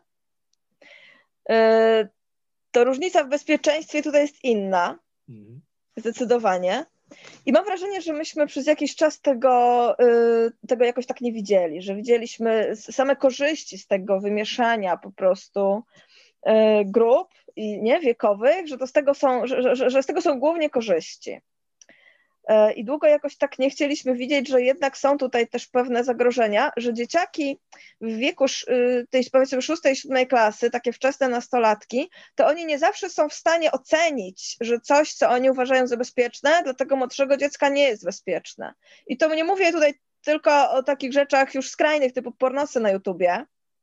B: To różnica w bezpieczeństwie tutaj jest inna, mhm. zdecydowanie. I mam wrażenie, że myśmy przez jakiś czas tego, tego jakoś tak nie widzieli, że widzieliśmy same korzyści z tego wymieszania po prostu grup i nie wiekowych, że, to z tego są, że, że, że z tego są głównie korzyści. I długo jakoś tak nie chcieliśmy widzieć, że jednak są tutaj też pewne zagrożenia, że dzieciaki w wieku tej powiedzmy szóstej, siódmej klasy, takie wczesne nastolatki, to oni nie zawsze są w stanie ocenić, że coś, co oni uważają za bezpieczne, dla tego młodszego dziecka nie jest bezpieczne. I to nie mówię tutaj tylko o takich rzeczach już skrajnych, typu pornosy na YouTubie,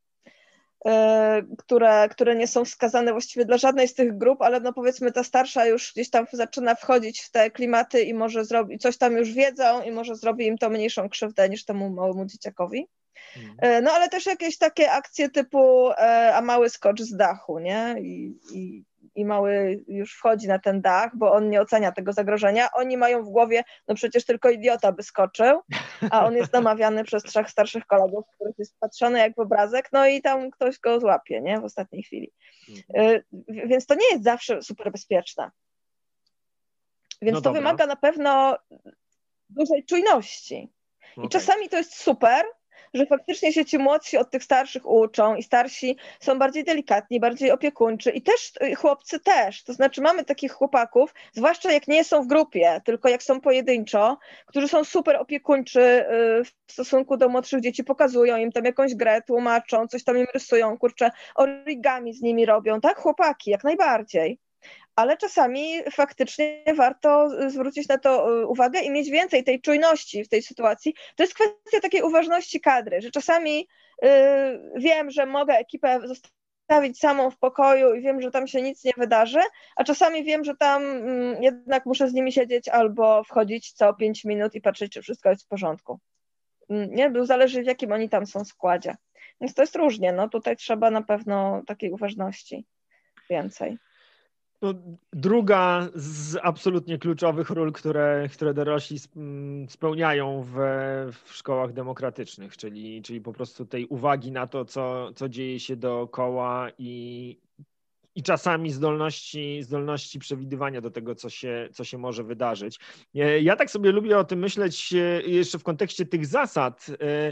B: Które, które nie są wskazane właściwie dla żadnej z tych grup, ale no powiedzmy ta starsza już gdzieś tam zaczyna wchodzić w te klimaty i może zrobić, coś tam już wiedzą i może zrobi im to mniejszą krzywdę niż temu małemu dzieciakowi. No ale też jakieś takie akcje typu a mały skocz z dachu, nie? I, i, i mały już wchodzi na ten dach, bo on nie ocenia tego zagrożenia. Oni mają w głowie, no przecież tylko idiota by skoczył, a on jest namawiany przez trzech starszych kolegów, których jest patrzony jak w obrazek, no i tam ktoś go złapie, nie? W ostatniej chwili. Więc to nie jest zawsze super bezpieczne. Więc no to dobra. Wymaga na pewno dużej czujności. Okay. I czasami to jest super, że faktycznie się ci młodsi od tych starszych uczą i starsi są bardziej delikatni, bardziej opiekuńczy i też chłopcy też, to znaczy mamy takich chłopaków, zwłaszcza jak nie są w grupie, tylko jak są pojedynczo, którzy są super opiekuńczy w stosunku do młodszych dzieci, pokazują im tam jakąś grę, tłumaczą, coś tam im rysują, kurczę, origami z nimi robią, tak? Chłopaki, jak najbardziej. Ale czasami faktycznie warto zwrócić na to uwagę i mieć więcej tej czujności w tej sytuacji. To jest kwestia takiej uważności kadry, że czasami yy, wiem, że mogę ekipę zostawić samą w pokoju i wiem, że tam się nic nie wydarzy, a czasami wiem, że tam yy, jednak muszę z nimi siedzieć albo wchodzić co pięć minut i patrzeć, czy wszystko jest w porządku. Yy, nie? Bo zależy, w jakim oni tam są składzie. Więc to jest różnie. No tutaj trzeba na pewno takiej uważności więcej.
A: No, druga z absolutnie kluczowych ról, które, które dorośli spełniają w, w szkołach demokratycznych, czyli, czyli po prostu tej uwagi na to, co, co dzieje się dookoła i, i czasami zdolności, zdolności przewidywania do tego, co się, co się może wydarzyć. Ja tak sobie lubię o tym myśleć jeszcze w kontekście tych zasad,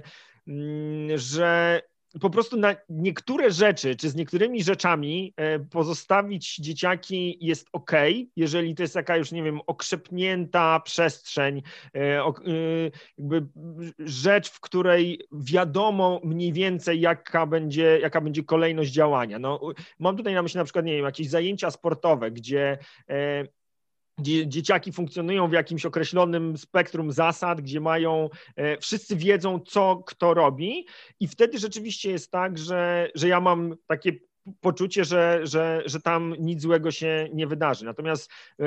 A: że po prostu na niektóre rzeczy, czy z niektórymi rzeczami pozostawić dzieciaki jest ok, jeżeli to jest taka już, nie wiem, okrzepnięta przestrzeń, jakby rzecz, w której wiadomo mniej więcej, jaka będzie, jaka będzie kolejność działania. No, mam tutaj na myśli na przykład, nie wiem, jakieś zajęcia sportowe, gdzie gdzie dzieciaki funkcjonują w jakimś określonym spektrum zasad, gdzie mają, wszyscy wiedzą, co kto robi i wtedy rzeczywiście jest tak, że, że ja mam takie poczucie, że, że, że tam nic złego się nie wydarzy. Natomiast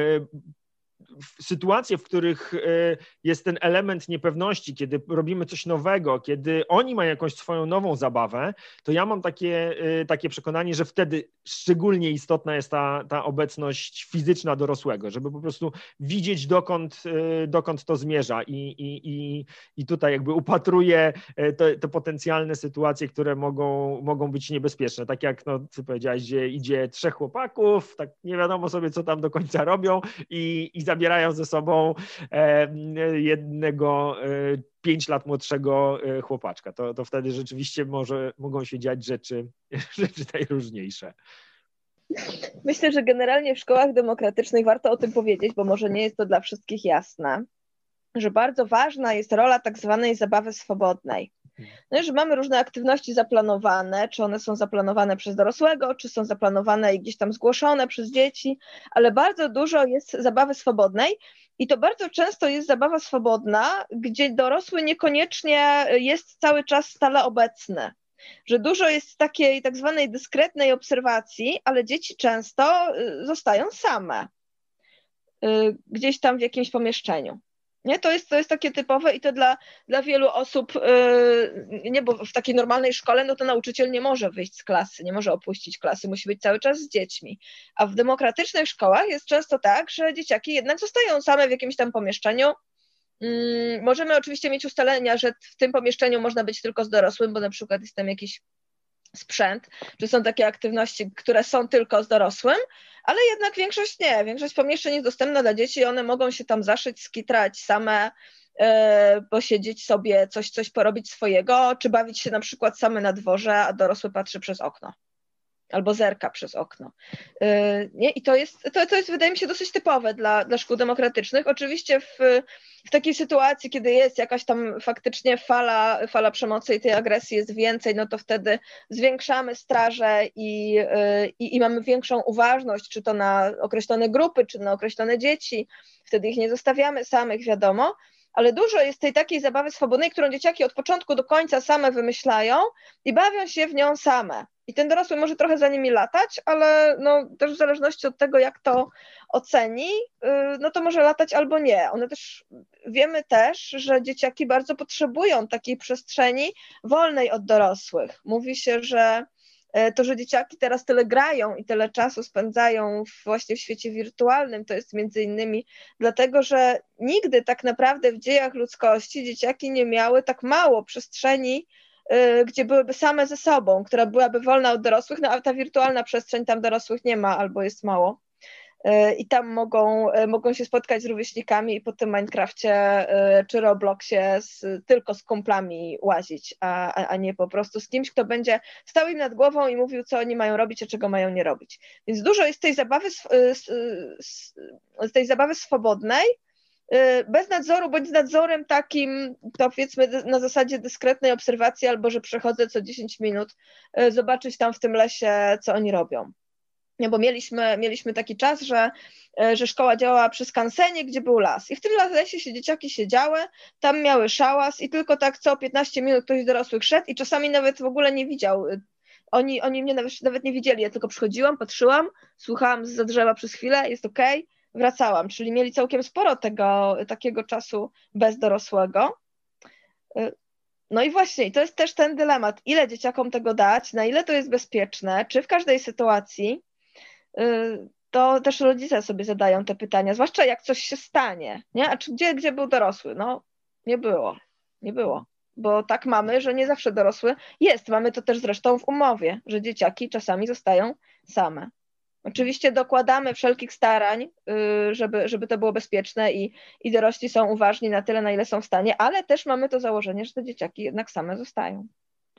A: sytuacje, w których jest ten element niepewności, kiedy robimy coś nowego, kiedy oni mają jakąś swoją nową zabawę, to ja mam takie, takie przekonanie, że wtedy szczególnie istotna jest ta, ta obecność fizyczna dorosłego, żeby po prostu widzieć, dokąd, dokąd to zmierza i, i, i, i tutaj jakby upatruję te, te potencjalne sytuacje, które mogą, mogą być niebezpieczne. Tak jak no, ty powiedziałeś, gdzie idzie trzech chłopaków, tak nie wiadomo sobie, co tam do końca robią i, i zabierają ze sobą jednego pięć lat młodszego chłopaczka. To, to wtedy rzeczywiście może, mogą się dziać rzeczy, rzeczy najróżniejsze.
B: Myślę, że generalnie w szkołach demokratycznych warto o tym powiedzieć, bo może nie jest to dla wszystkich jasne, że bardzo ważna jest rola tak zwanej zabawy swobodnej. No i że mamy różne aktywności zaplanowane, czy one są zaplanowane przez dorosłego, czy są zaplanowane i gdzieś tam zgłoszone przez dzieci, ale bardzo dużo jest zabawy swobodnej i to bardzo często jest zabawa swobodna, gdzie dorosły niekoniecznie jest cały czas stale obecny. Że dużo jest takiej tak zwanej dyskretnej obserwacji, ale dzieci często zostają same gdzieś tam w jakimś pomieszczeniu. Nie? To jest, to jest takie typowe i to dla, dla wielu osób, yy, nie, bo w takiej normalnej szkole no to nauczyciel nie może wyjść z klasy, nie może opuścić klasy, musi być cały czas z dziećmi. A w demokratycznych szkołach jest często tak, że dzieciaki jednak zostają same w jakimś tam pomieszczeniu, Możemy oczywiście mieć ustalenia, że w tym pomieszczeniu można być tylko z dorosłym, bo na przykład jest tam jakiś sprzęt, czy są takie aktywności, które są tylko z dorosłym, ale jednak większość nie. Większość pomieszczeń jest dostępna dla dzieci i one mogą się tam zaszyć, skitrać same, yy, posiedzieć sobie, coś, coś porobić swojego, czy bawić się na przykład same na dworze, a dorosły patrzy przez okno. Albo zerka przez okno. Yy, nie? I to jest, to, to jest, wydaje mi się, dosyć typowe dla, dla szkół demokratycznych. Oczywiście w, w takiej sytuacji, kiedy jest jakaś tam faktycznie fala, fala przemocy i tej agresji jest więcej, no to wtedy zwiększamy straże i, yy, i, i mamy większą uważność, czy to na określone grupy, czy na określone dzieci. Wtedy ich nie zostawiamy samych, wiadomo. Ale dużo jest tej takiej zabawy swobodnej, którą dzieciaki od początku do końca same wymyślają i bawią się w nią same. I ten dorosły może trochę za nimi latać, ale no też w zależności od tego, jak to oceni, no to może latać albo nie. One też, wiemy też, że dzieciaki bardzo potrzebują takiej przestrzeni wolnej od dorosłych. Mówi się, że to, że dzieciaki teraz tyle grają i tyle czasu spędzają właśnie w świecie wirtualnym, to jest między innymi dlatego, że nigdy tak naprawdę w dziejach ludzkości dzieciaki nie miały tak mało przestrzeni, gdzie byłyby same ze sobą, która byłaby wolna od dorosłych, no a ta wirtualna przestrzeń, tam dorosłych nie ma albo jest mało. I tam mogą, mogą się spotkać z rówieśnikami i po tym Minecrafcie czy Robloxie z, tylko z kumplami łazić, a, a nie po prostu z kimś, kto będzie stał im nad głową i mówił, co oni mają robić, a czego mają nie robić. Więc dużo jest tej zabawy, z tej zabawy swobodnej, bez nadzoru, bądź z nadzorem takim, to powiedzmy na zasadzie dyskretnej obserwacji, albo że przechodzę co dziesięć minut zobaczyć tam w tym lesie, co oni robią. Nie, bo mieliśmy, mieliśmy taki czas, że, że szkoła działała przy skansenie, gdzie był las. I w tym lesie się dzieciaki siedziały, tam miały szałas i tylko tak co piętnaście minut ktoś z dorosłych szedł i czasami nawet w ogóle nie widział. Oni, oni mnie nawet, nawet nie widzieli. Ja tylko przychodziłam, patrzyłam, słuchałam zza drzewa przez chwilę, jest okej, okay, wracałam. Czyli mieli całkiem sporo tego takiego czasu bez dorosłego. No i właśnie, to jest też ten dylemat, ile dzieciakom tego dać, na ile to jest bezpieczne, czy w każdej sytuacji. To też rodzice sobie zadają te pytania, zwłaszcza jak coś się stanie, nie? A czy gdzie, gdzie był dorosły? No, nie było, nie było, bo tak mamy, że nie zawsze dorosły jest. Mamy to też zresztą w umowie, że dzieciaki czasami zostają same. Oczywiście dokładamy wszelkich starań, żeby, żeby to było bezpieczne i, i dorośli są uważni na tyle, na ile są w stanie, ale też mamy to założenie, że te dzieciaki jednak same zostają.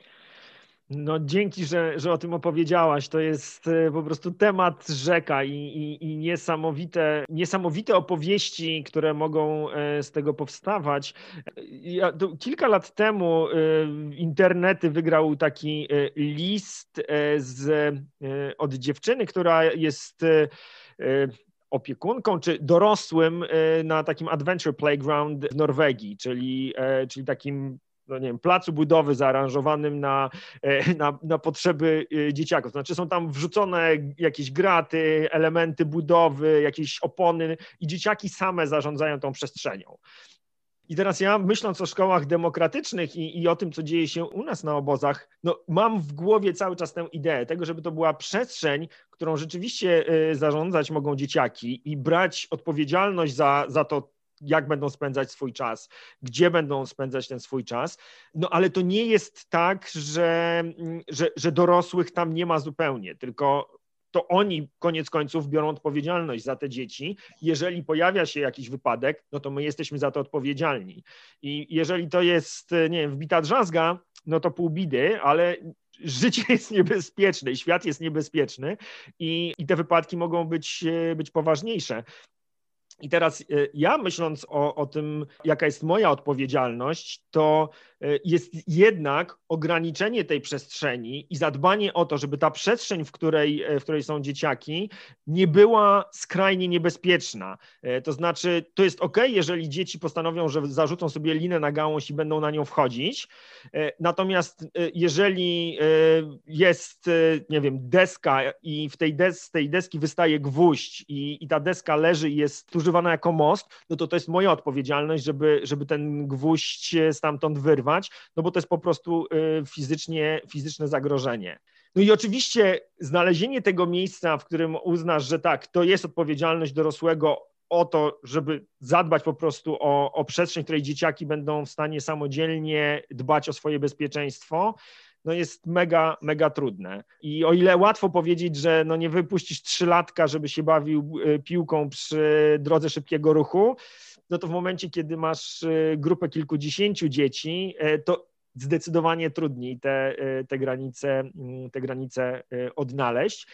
A: No dzięki, że, że o tym opowiedziałaś. To jest po prostu temat rzeka i, i, i niesamowite, niesamowite opowieści, które mogą z tego powstawać. Ja, kilka lat temu internety wygrał taki list z, od dziewczyny, która jest opiekunką czy dorosłym na takim Adventure Playground w Norwegii, czyli, czyli takim no nie wiem, placu budowy zaaranżowanym na, na, na potrzeby dzieciaków. To znaczy są tam wrzucone jakieś graty, elementy budowy, jakieś opony i dzieciaki same zarządzają tą przestrzenią. I teraz ja, myśląc o szkołach demokratycznych i, i o tym, co dzieje się u nas na obozach, no mam w głowie cały czas tę ideę tego, żeby to była przestrzeń, którą rzeczywiście zarządzać mogą dzieciaki i brać odpowiedzialność za, za to, jak będą spędzać swój czas, gdzie będą spędzać ten swój czas. No ale to nie jest tak, że, że, że dorosłych tam nie ma zupełnie, tylko to oni koniec końców biorą odpowiedzialność za te dzieci. Jeżeli pojawia się jakiś wypadek, no to my jesteśmy za to odpowiedzialni. I jeżeli to jest, nie wiem, wbita drzazga, no to pół bidy, ale życie jest niebezpieczne i świat jest niebezpieczny i, i te wypadki mogą być, być poważniejsze. I teraz ja, myśląc o, o tym, jaka jest moja odpowiedzialność, to jest jednak ograniczenie tej przestrzeni i zadbanie o to, żeby ta przestrzeń, w której, w której są dzieciaki, nie była skrajnie niebezpieczna. To znaczy, to jest okej, jeżeli dzieci postanowią, że zarzucą sobie linę na gałąź i będą na nią wchodzić. Natomiast jeżeli jest, nie wiem, deska i w tej des, z tej deski wystaje gwóźdź i, i ta deska leży i jest używana jako most, no to to jest moja odpowiedzialność, żeby, żeby ten gwóźdź stamtąd wyrwać, no bo to jest po prostu fizycznie, fizyczne zagrożenie. No i oczywiście znalezienie tego miejsca, w którym uznasz, że tak, to jest odpowiedzialność dorosłego, o to, żeby zadbać po prostu o, o przestrzeń, w której dzieciaki będą w stanie samodzielnie dbać o swoje bezpieczeństwo, no jest mega, mega trudne. I o ile łatwo powiedzieć, że no nie wypuścisz trzylatka, żeby się bawił piłką przy drodze szybkiego ruchu, no to w momencie, kiedy masz grupę kilkudziesięciu dzieci, to zdecydowanie trudniej te, te granice, te granice odnaleźć.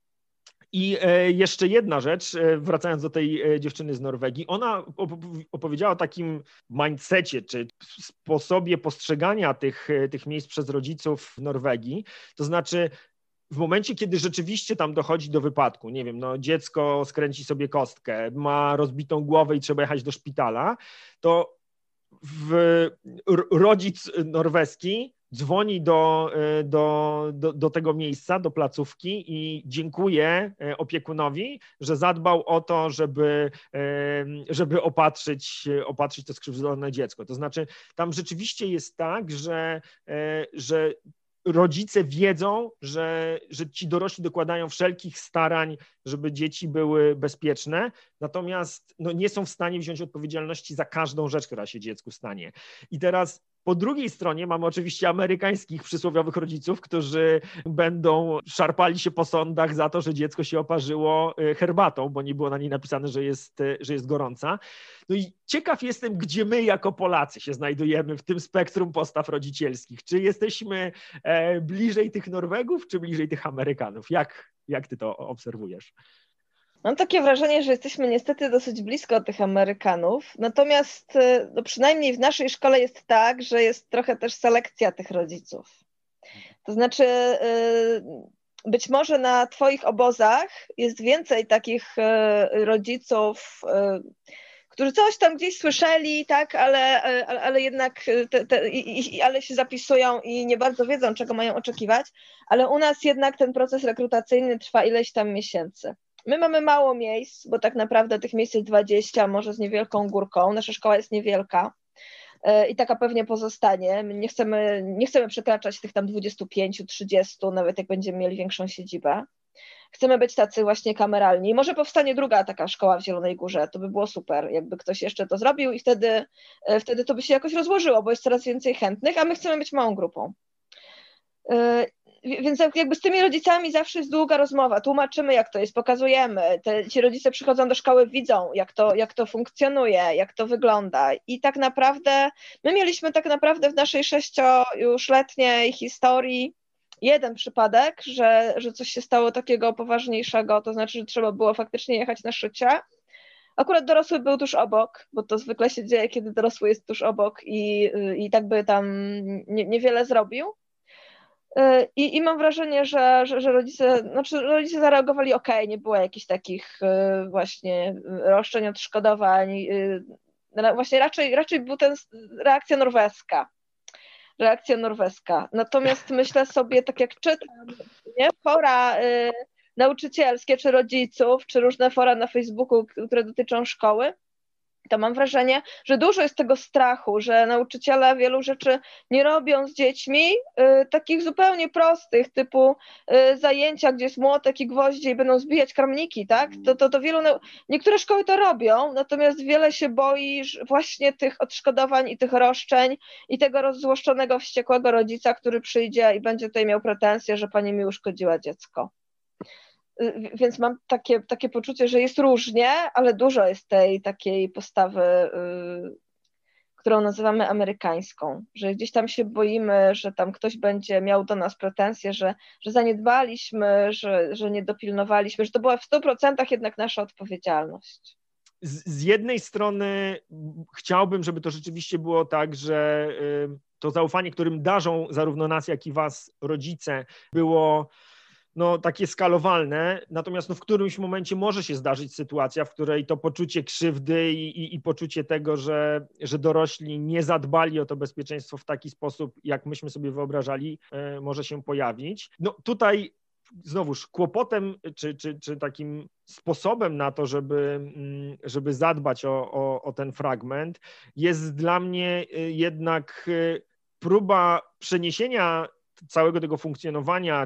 A: I jeszcze jedna rzecz, wracając do tej dziewczyny z Norwegii, ona opowiedziała o takim mindsetie, czy sposobie postrzegania tych, tych miejsc przez rodziców w Norwegii, to znaczy w momencie, kiedy rzeczywiście tam dochodzi do wypadku, nie wiem, no dziecko skręci sobie kostkę, ma rozbitą głowę i trzeba jechać do szpitala, to w, rodzic norweski dzwoni do, do, do, do tego miejsca, do placówki i dziękuję opiekunowi, że zadbał o to, żeby, żeby opatrzyć, opatrzyć to skrzywdzone dziecko. To znaczy tam rzeczywiście jest tak, że, że rodzice wiedzą, że, że ci dorośli dokładają wszelkich starań, żeby dzieci były bezpieczne, natomiast no, nie są w stanie wziąć odpowiedzialności za każdą rzecz, która się dziecku stanie. I teraz po drugiej stronie mamy oczywiście amerykańskich przysłowiowych rodziców, którzy będą szarpali się po sądach za to, że dziecko się oparzyło herbatą, bo nie było na niej napisane, że jest, że jest gorąca. No i ciekaw jestem, gdzie my jako Polacy się znajdujemy w tym spektrum postaw rodzicielskich. Czy jesteśmy bliżej tych Norwegów, czy bliżej tych Amerykanów? Jak, jak ty to obserwujesz?
B: Mam takie wrażenie, że jesteśmy niestety dosyć blisko tych Amerykanów, natomiast no przynajmniej w naszej szkole jest tak, że jest trochę też selekcja tych rodziców. To znaczy być może na twoich obozach jest więcej takich rodziców, którzy coś tam gdzieś słyszeli, tak, ale, ale, ale jednak te, te, i, i, ale się zapisują i nie bardzo wiedzą, czego mają oczekiwać, ale u nas jednak ten proces rekrutacyjny trwa ileś tam miesięcy. My mamy mało miejsc, bo tak naprawdę tych miejsc jest dwadzieścia, może z niewielką górką. Nasza szkoła jest niewielka i taka pewnie pozostanie. My nie chcemy, nie chcemy przekraczać tych tam dwudziestu pięciu, trzydziestu, nawet jak będziemy mieli większą siedzibę. Chcemy być tacy właśnie kameralni. Może powstanie druga taka szkoła w Zielonej Górze, to by było super, jakby ktoś jeszcze to zrobił i wtedy, wtedy to by się jakoś rozłożyło, bo jest coraz więcej chętnych, a my chcemy być małą grupą. Więc jakby z tymi rodzicami zawsze jest długa rozmowa, tłumaczymy jak to jest, pokazujemy, Te, ci rodzice przychodzą do szkoły, widzą jak to, jak to funkcjonuje, jak to wygląda i tak naprawdę, my mieliśmy tak naprawdę w naszej sześcio już letniej historii jeden przypadek, że, że coś się stało takiego poważniejszego, to znaczy, że trzeba było faktycznie jechać na szycie. Akurat dorosły był tuż obok, bo to zwykle się dzieje, kiedy dorosły jest tuż obok i, i tak by tam nie, niewiele zrobił. I, i mam wrażenie, że, że, że rodzice, znaczy rodzice zareagowali ok, nie było jakichś takich właśnie roszczeń, odszkodowań. Właśnie raczej, raczej była ten reakcja norweska. Reakcja norweska. Natomiast myślę sobie, tak jak czytam, nie? Fora y, nauczycielskie, czy rodziców, czy różne fora na Facebooku, które dotyczą szkoły, to mam wrażenie, że dużo jest tego strachu, że nauczyciele wielu rzeczy nie robią z dziećmi, y, takich zupełnie prostych, typu y, zajęcia, gdzie jest młotek i gwoździe i będą zbijać kramniki, tak? To, to, to wielu, niektóre szkoły to robią, natomiast wiele się boi właśnie tych odszkodowań i tych roszczeń i tego rozzłoszczonego, wściekłego rodzica, który przyjdzie i będzie tutaj miał pretensje, że pani mi uszkodziła dziecko. Więc mam takie, takie poczucie, że jest różnie, ale dużo jest tej takiej postawy, yy, którą nazywamy amerykańską, że gdzieś tam się boimy, że tam ktoś będzie miał do nas pretensje, że, że zaniedbaliśmy, że, że nie dopilnowaliśmy, że to była w stu procentach jednak nasza odpowiedzialność.
A: Z, z jednej strony chciałbym, żeby to rzeczywiście było tak, że yy, to zaufanie, którym darzą zarówno nas, jak i was rodzice, było no, takie skalowalne, natomiast no, w którymś momencie może się zdarzyć sytuacja, w której to poczucie krzywdy i, i, i poczucie tego, że, że dorośli nie zadbali o to bezpieczeństwo w taki sposób, jak myśmy sobie wyobrażali, e, może się pojawić. No tutaj znowuż kłopotem, czy, czy, czy takim sposobem na to, żeby, żeby zadbać o, o, o ten fragment, jest dla mnie jednak próba przeniesienia całego tego funkcjonowania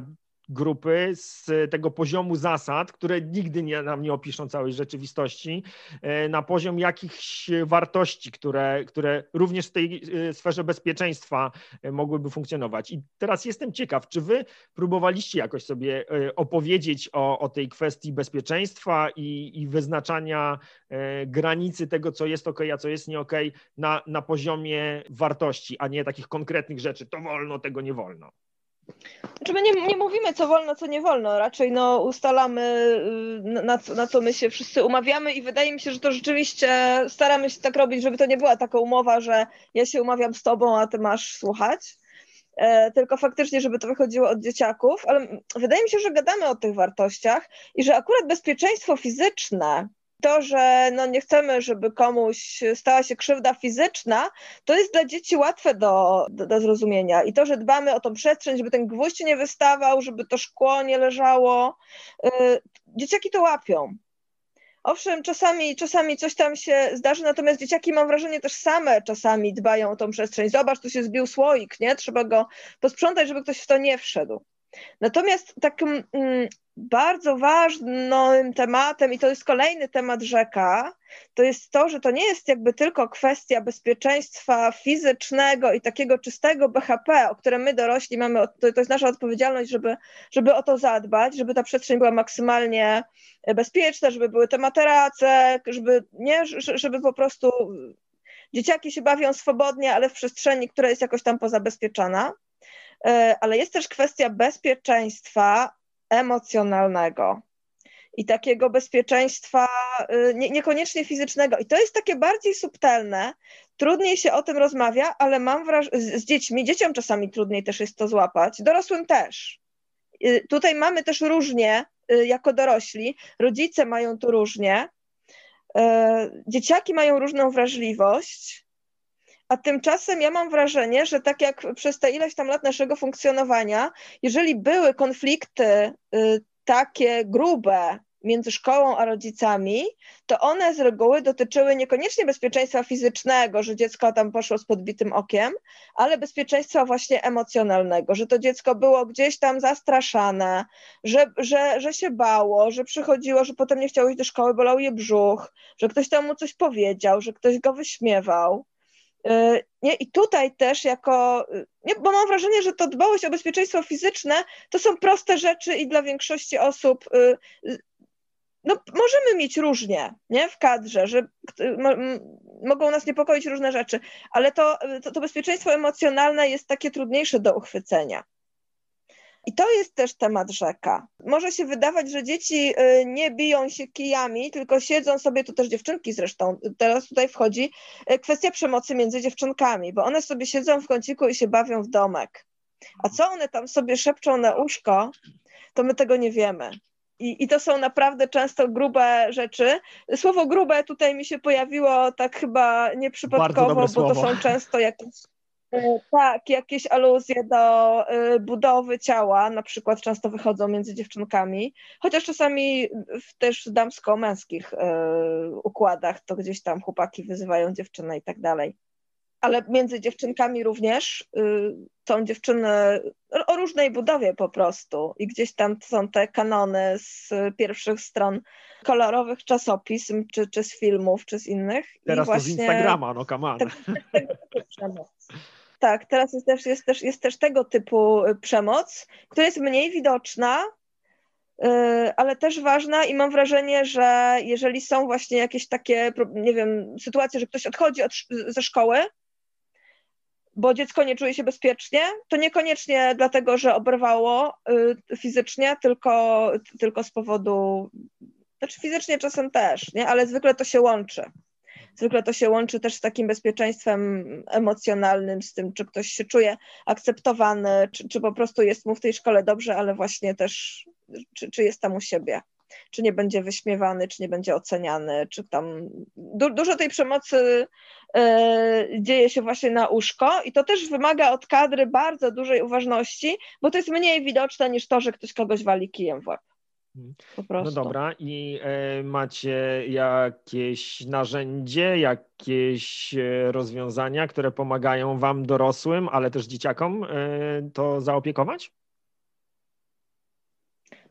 A: grupy, z tego poziomu zasad, które nigdy nie, nam nie opiszą całej rzeczywistości, na poziom jakichś wartości, które, które również w tej sferze bezpieczeństwa mogłyby funkcjonować. I teraz jestem ciekaw, czy wy próbowaliście jakoś sobie opowiedzieć o, o tej kwestii bezpieczeństwa i, i wyznaczania granicy tego, co jest okej, a co jest nie okej, na, na poziomie wartości, a nie takich konkretnych rzeczy. To wolno, tego nie wolno.
B: Znaczy my nie, nie mówimy, co wolno, co nie wolno. Raczej no, ustalamy, na co, na co my się wszyscy umawiamy i wydaje mi się, że to rzeczywiście staramy się tak robić, żeby to nie była taka umowa, że ja się umawiam z tobą, a ty masz słuchać. E, tylko faktycznie, żeby to wychodziło od dzieciaków, ale wydaje mi się, że gadamy o tych wartościach i że akurat bezpieczeństwo fizyczne, to, że no nie chcemy, żeby komuś stała się krzywda fizyczna, to jest dla dzieci łatwe do, do, do zrozumienia. I to, że dbamy o tą przestrzeń, żeby ten gwóźdź nie wystawał, żeby to szkło nie leżało, yy, dzieciaki to łapią. Owszem, czasami, czasami coś tam się zdarzy, natomiast dzieciaki, mam wrażenie, też same czasami dbają o tą przestrzeń. Zobacz, tu się zbił słoik, nie? Trzeba go posprzątać, żeby ktoś w to nie wszedł. Natomiast takim mm, bardzo ważnym tematem, i to jest kolejny temat rzeka, to jest to, że to nie jest jakby tylko kwestia bezpieczeństwa fizycznego i takiego czystego B H P, o które my dorośli mamy, to, to jest nasza odpowiedzialność, żeby, żeby o to zadbać, żeby ta przestrzeń była maksymalnie bezpieczna, żeby były te materace, żeby, nie, żeby po prostu dzieciaki się bawią swobodnie, ale w przestrzeni, która jest jakoś tam pozabezpieczona. Ale jest też kwestia bezpieczeństwa emocjonalnego i takiego bezpieczeństwa nie, niekoniecznie fizycznego. I to jest takie bardziej subtelne, trudniej się o tym rozmawia, ale mam wrażenie, z dziećmi, dzieciom czasami trudniej też jest to złapać, dorosłym też. Tutaj mamy też różnie, jako dorośli, rodzice mają tu różnie, dzieciaki mają różną wrażliwość. A tymczasem ja mam wrażenie, że tak jak przez te ileś tam lat naszego funkcjonowania, jeżeli były konflikty y, takie grube między szkołą a rodzicami, to one z reguły dotyczyły niekoniecznie bezpieczeństwa fizycznego, że dziecko tam poszło z podbitym okiem, ale bezpieczeństwa właśnie emocjonalnego, że to dziecko było gdzieś tam zastraszane, że, że, że się bało, że przychodziło, że potem nie chciało iść do szkoły, bolał je brzuch, że ktoś tam mu coś powiedział, że ktoś go wyśmiewał. Nie? I tutaj też jako, nie, bo mam wrażenie, że to dbałość o bezpieczeństwo fizyczne to są proste rzeczy i dla większości osób no, możemy mieć różnie, nie? W kadrze, że mogą nas niepokoić różne rzeczy, ale to, to, to bezpieczeństwo emocjonalne jest takie trudniejsze do uchwycenia. I to jest też temat rzeka. Może się wydawać, że dzieci nie biją się kijami, tylko siedzą sobie, tu też dziewczynki zresztą, teraz tutaj wchodzi kwestia przemocy między dziewczynkami, bo one sobie siedzą w kąciku i się bawią w domek. A co one tam sobie szepczą na uszko, to my tego nie wiemy. I, I to są naprawdę często grube rzeczy. Słowo grube tutaj mi się pojawiło tak chyba nieprzypadkowo, bo
A: słowo.
B: To są często jakieś... Tak, jakieś aluzje do budowy ciała, na przykład często wychodzą między dziewczynkami, chociaż czasami też w damsko-męskich układach to gdzieś tam chłopaki wyzywają dziewczynę i tak dalej. Ale między dziewczynkami również są dziewczyny o różnej budowie po prostu i gdzieś tam są te kanony z pierwszych stron kolorowych czasopism, czy, czy z filmów, czy z innych.
A: Teraz
B: I właśnie
A: to z Instagrama, no come on.
B: Tak, tak, teraz jest też, jest, też, jest też tego typu przemoc, która jest mniej widoczna, ale też ważna i mam wrażenie, że jeżeli są właśnie jakieś takie, nie wiem, sytuacje, że ktoś odchodzi od, ze szkoły, bo dziecko nie czuje się bezpiecznie, to niekoniecznie dlatego, że oberwało fizycznie, tylko, tylko z powodu, znaczy fizycznie czasem też, nie? Ale zwykle to się łączy. Zwykle to się łączy też z takim bezpieczeństwem emocjonalnym, z tym, czy ktoś się czuje akceptowany, czy, czy po prostu jest mu w tej szkole dobrze, ale właśnie też, czy, czy jest tam u siebie, czy nie będzie wyśmiewany, czy nie będzie oceniany, czy tam... Du- dużo tej przemocy e, dzieje się właśnie na uszko i to też wymaga od kadry bardzo dużej uważności, bo to jest mniej widoczne niż to, że ktoś kogoś wali kijem w łeb.
A: No dobra, i e, macie jakieś narzędzie, jakieś rozwiązania, które pomagają wam dorosłym, ale też dzieciakom e, to zaopiekować?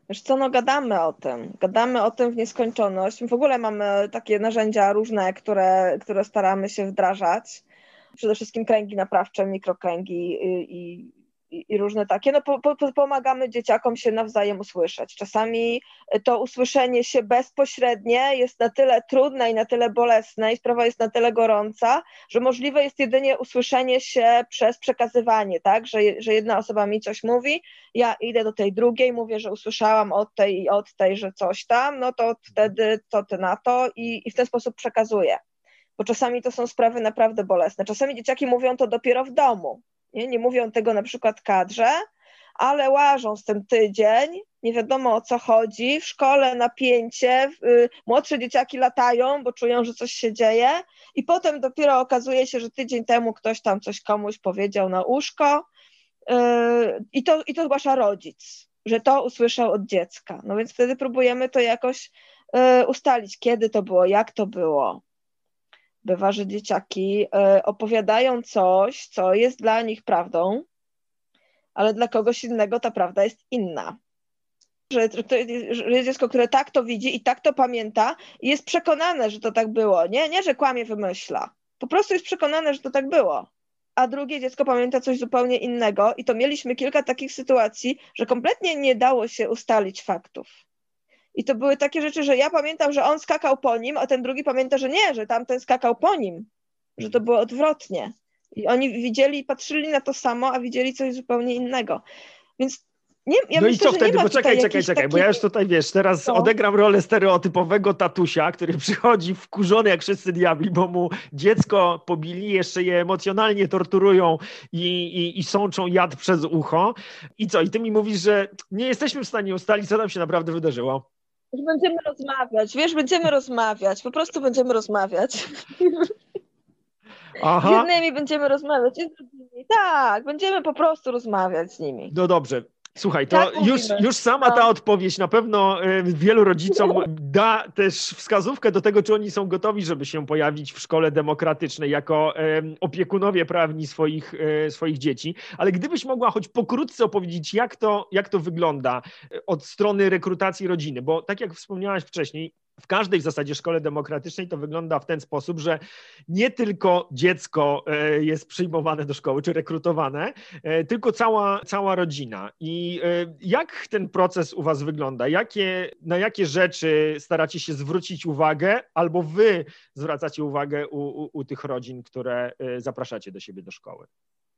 B: Wiesz co, no gadamy o tym, gadamy o tym w nieskończoność. My w ogóle mamy takie narzędzia różne, które, które staramy się wdrażać. Przede wszystkim kręgi naprawcze, mikrokręgi i, i, i różne takie. No po, po, pomagamy dzieciakom się nawzajem usłyszeć. Czasami to usłyszenie się bezpośrednie jest na tyle trudne i na tyle bolesne i sprawa jest na tyle gorąca, że możliwe jest jedynie usłyszenie się przez przekazywanie, tak? Że, że jedna osoba mi coś mówi, ja idę do tej drugiej, mówię, że usłyszałam od tej i od tej, że coś tam, no to wtedy co ty na to i, i w ten sposób przekazuję. Bo czasami to są sprawy naprawdę bolesne. Czasami dzieciaki mówią to dopiero w domu. Nie, nie mówią tego na przykład kadrze, ale łażą z tym tydzień, nie wiadomo o co chodzi, w szkole napięcie, y, młodsze dzieciaki latają, bo czują, że coś się dzieje i potem dopiero okazuje się, że tydzień temu ktoś tam coś komuś powiedział na uszko y, i, to, i to zgłasza rodzic, że to usłyszał od dziecka. No więc wtedy próbujemy to jakoś y, ustalić, kiedy to było, jak to było. Bywa, że dzieciaki opowiadają coś, co jest dla nich prawdą, ale dla kogoś innego ta prawda jest inna. Że, że, to, że jest dziecko, które tak to widzi i tak to pamięta i jest przekonane, że to tak było. Nie, nie, że kłamie, wymyśla. Po prostu jest przekonane, że to tak było. A drugie dziecko pamięta coś zupełnie innego i to mieliśmy kilka takich sytuacji, że kompletnie nie dało się ustalić faktów. I to były takie rzeczy, że ja pamiętam, że on skakał po nim, a ten drugi pamięta, że nie, że tamten skakał po nim, że to było odwrotnie. I oni widzieli i patrzyli na to samo, a widzieli coś zupełnie innego. Więc nie, ja
A: no
B: myślę,
A: i co
B: że
A: wtedy?
B: nie ma
A: Bo czekaj, czekaj, czekaj,
B: takiej...
A: bo ja już tutaj, wiesz, teraz no. odegram rolę stereotypowego tatusia, który przychodzi wkurzony jak wszyscy diabli, bo mu dziecko pobili, jeszcze je emocjonalnie torturują i, i, i sączą jad przez ucho. I co? I ty mi mówisz, że nie jesteśmy w stanie ustalić, co tam się naprawdę wydarzyło.
B: Już będziemy rozmawiać, wiesz, będziemy rozmawiać, po prostu będziemy rozmawiać.
A: Aha.
B: Z jednymi będziemy rozmawiać, i z drugimi. Tak, będziemy po prostu rozmawiać z nimi.
A: No dobrze. Słuchaj, to
B: tak
A: już, już sama
B: no.
A: ta odpowiedź na pewno wielu rodzicom da też wskazówkę do tego, czy oni są gotowi, żeby się pojawić w szkole demokratycznej jako opiekunowie prawni swoich, swoich dzieci. Ale gdybyś mogła choć pokrótce opowiedzieć, jak to, jak to wygląda od strony rekrutacji rodziny, bo tak jak wspomniałaś wcześniej, w każdej w zasadzie szkole demokratycznej to wygląda w ten sposób, że nie tylko dziecko jest przyjmowane do szkoły czy rekrutowane, tylko cała, cała rodzina. I jak ten proces u was wygląda? Jakie, na jakie rzeczy staracie się zwrócić uwagę albo wy zwracacie uwagę u, u, u tych rodzin, które zapraszacie do siebie do szkoły?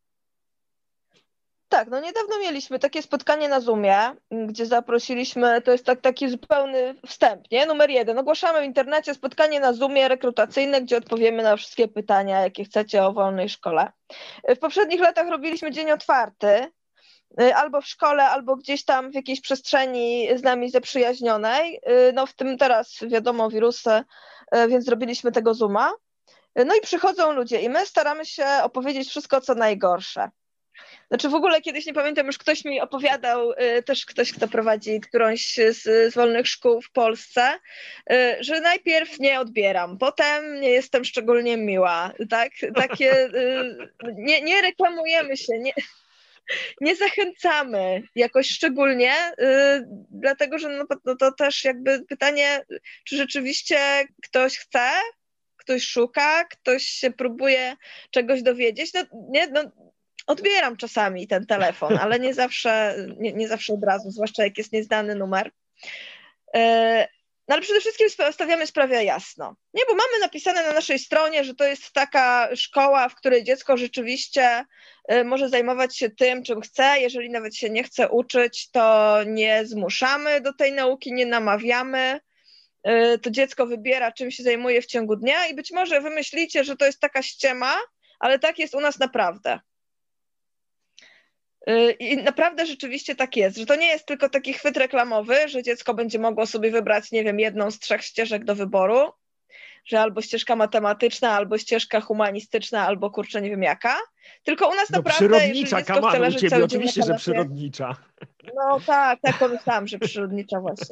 B: Tak, no niedawno mieliśmy takie spotkanie na Zoomie, gdzie zaprosiliśmy, to jest tak, taki zupełny wstęp, nie? Numer jeden, ogłaszamy w internecie spotkanie na Zoomie rekrutacyjne, gdzie odpowiemy na wszystkie pytania, jakie chcecie o wolnej szkole. W poprzednich latach robiliśmy dzień otwarty, albo w szkole, albo gdzieś tam w jakiejś przestrzeni z nami zaprzyjaźnionej. No w tym teraz wiadomo wirusy, więc zrobiliśmy tego Zooma. No i przychodzą ludzie i my staramy się opowiedzieć wszystko, co najgorsze. Znaczy w ogóle kiedyś, nie pamiętam, już ktoś mi opowiadał, też ktoś, kto prowadzi którąś z, z wolnych szkół w Polsce, że najpierw nie odbieram, potem nie jestem szczególnie miła, tak? Takie, nie, nie reklamujemy się, nie, nie zachęcamy jakoś szczególnie, dlatego że no, no to też jakby pytanie, czy rzeczywiście ktoś chce, ktoś szuka, ktoś się próbuje czegoś dowiedzieć, no nie, no odbieram czasami ten telefon, ale nie zawsze, nie, nie zawsze od razu, zwłaszcza jak jest nieznany numer. No ale przede wszystkim stawiamy sprawę jasno. Nie, bo mamy napisane na naszej stronie, że to jest taka szkoła, w której dziecko rzeczywiście może zajmować się tym, czym chce. Jeżeli nawet się nie chce uczyć, to nie zmuszamy do tej nauki, nie namawiamy. To dziecko wybiera, czym się zajmuje w ciągu dnia i być może wy myślicie, że to jest taka ściema, ale tak jest u nas naprawdę. I naprawdę rzeczywiście tak jest, że to nie jest tylko taki chwyt reklamowy, że dziecko będzie mogło sobie wybrać, nie wiem, jedną z trzech ścieżek do wyboru, że albo ścieżka matematyczna, albo ścieżka humanistyczna, albo kurczę, nie wiem jaka, tylko u nas
A: no,
B: naprawdę,
A: przyrodnicza, Kaman, u ciebie oczywiście, że przyrodnicza.
B: No tak, tak pomyślałam, że przyrodnicza właśnie.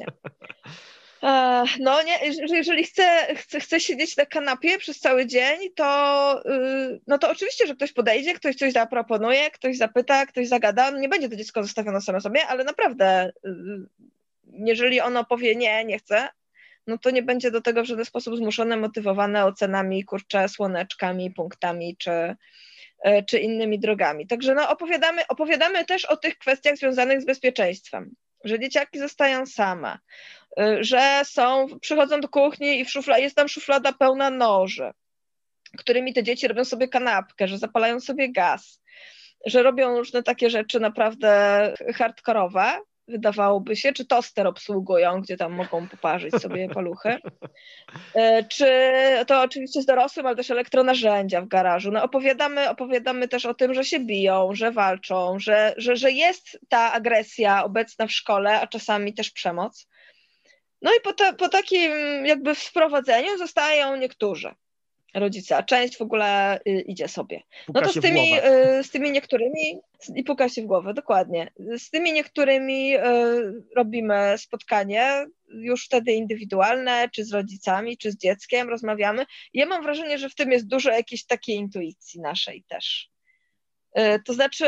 B: No nie, jeżeli chce, chce, chce siedzieć na kanapie przez cały dzień, to, no to oczywiście, że ktoś podejdzie, ktoś coś zaproponuje, ktoś zapyta, ktoś zagada, nie będzie to dziecko zostawione same sobie, ale naprawdę jeżeli ono powie nie, nie chcę, no to nie będzie do tego w żaden sposób zmuszone, motywowane ocenami, kurczę, słoneczkami, punktami czy, czy innymi drogami. Także no opowiadamy, opowiadamy też o tych kwestiach związanych z bezpieczeństwem, że dzieciaki zostają same, że są, przychodzą do kuchni i w szufla, jest tam szuflada pełna noży, którymi te dzieci robią sobie kanapkę, że zapalają sobie gaz, że robią różne takie rzeczy naprawdę hardkorowe, wydawałoby się, czy toster obsługują, gdzie tam mogą poparzyć sobie paluchy, czy to oczywiście z dorosłym, ale też elektronarzędzia w garażu. No opowiadamy, opowiadamy też o tym, że się biją, że walczą, że, że, że jest ta agresja obecna w szkole, a czasami też przemoc. No i po, te, po takim jakby wprowadzeniu zostają niektórzy rodzice, a część w ogóle y, idzie sobie.
A: Puka
B: no to z tymi, y, z tymi niektórymi i puka się w głowę, dokładnie. Z tymi niektórymi y, robimy spotkanie, już wtedy indywidualne, czy z rodzicami, czy z dzieckiem rozmawiamy. I ja mam wrażenie, że w tym jest dużo jakiejś takiej intuicji naszej też. Y, to znaczy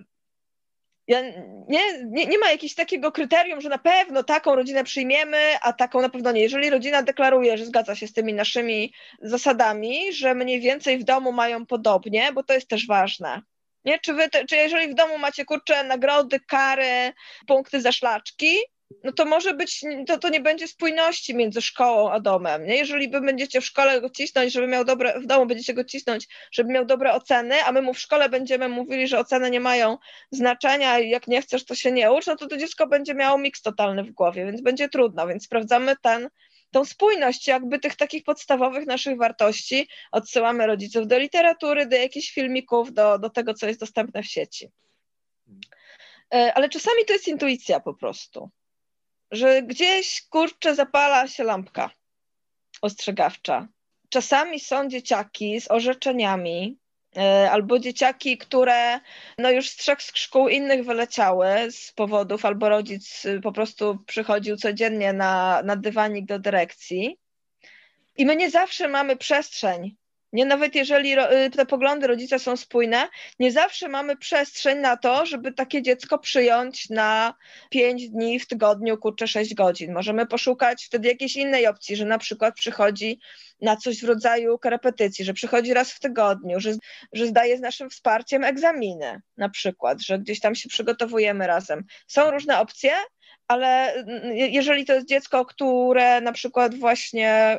B: ja, nie, nie, nie ma jakiegoś takiego kryterium, że na pewno taką rodzinę przyjmiemy, a taką na pewno nie. Jeżeli rodzina deklaruje, że zgadza się z tymi naszymi zasadami, że mniej więcej w domu mają podobnie, bo to jest też ważne. Nie? Czy, wy, czy jeżeli w domu macie, kurczę, nagrody, kary, punkty za szlaczki, no to może być, to, to nie będzie spójności między szkołą a domem. Nie? Jeżeli wy będziecie w szkole go cisnąć, żeby miał dobre, w domu będziecie go cisnąć, żeby miał dobre oceny, a my mu w szkole będziemy mówili, że oceny nie mają znaczenia i jak nie chcesz, to się nie ucz, no to to dziecko będzie miało miks totalny w głowie, więc będzie trudno, więc sprawdzamy ten, tą spójność jakby tych takich podstawowych naszych wartości, odsyłamy rodziców do literatury, do jakichś filmików, do, do tego, co jest dostępne w sieci. Ale czasami to jest intuicja po prostu. Że gdzieś, kurczę, zapala się lampka ostrzegawcza. Czasami są dzieciaki z orzeczeniami, albo dzieciaki, które no już z trzech szkół innych wyleciały z powodów, albo rodzic po prostu przychodził codziennie na, na dywanik do dyrekcji. I my nie zawsze mamy przestrzeń. Nie, nawet jeżeli te poglądy rodzica są spójne, nie zawsze mamy przestrzeń na to, żeby takie dziecko przyjąć na pięć dni w tygodniu, kurczę, sześć godzin. Możemy poszukać wtedy jakiejś innej opcji, że na przykład przychodzi na coś w rodzaju korepetycji, że przychodzi raz w tygodniu, że, że zdaje z naszym wsparciem egzaminy na przykład, że gdzieś tam się przygotowujemy razem. Są różne opcje, ale jeżeli to jest dziecko, które na przykład właśnie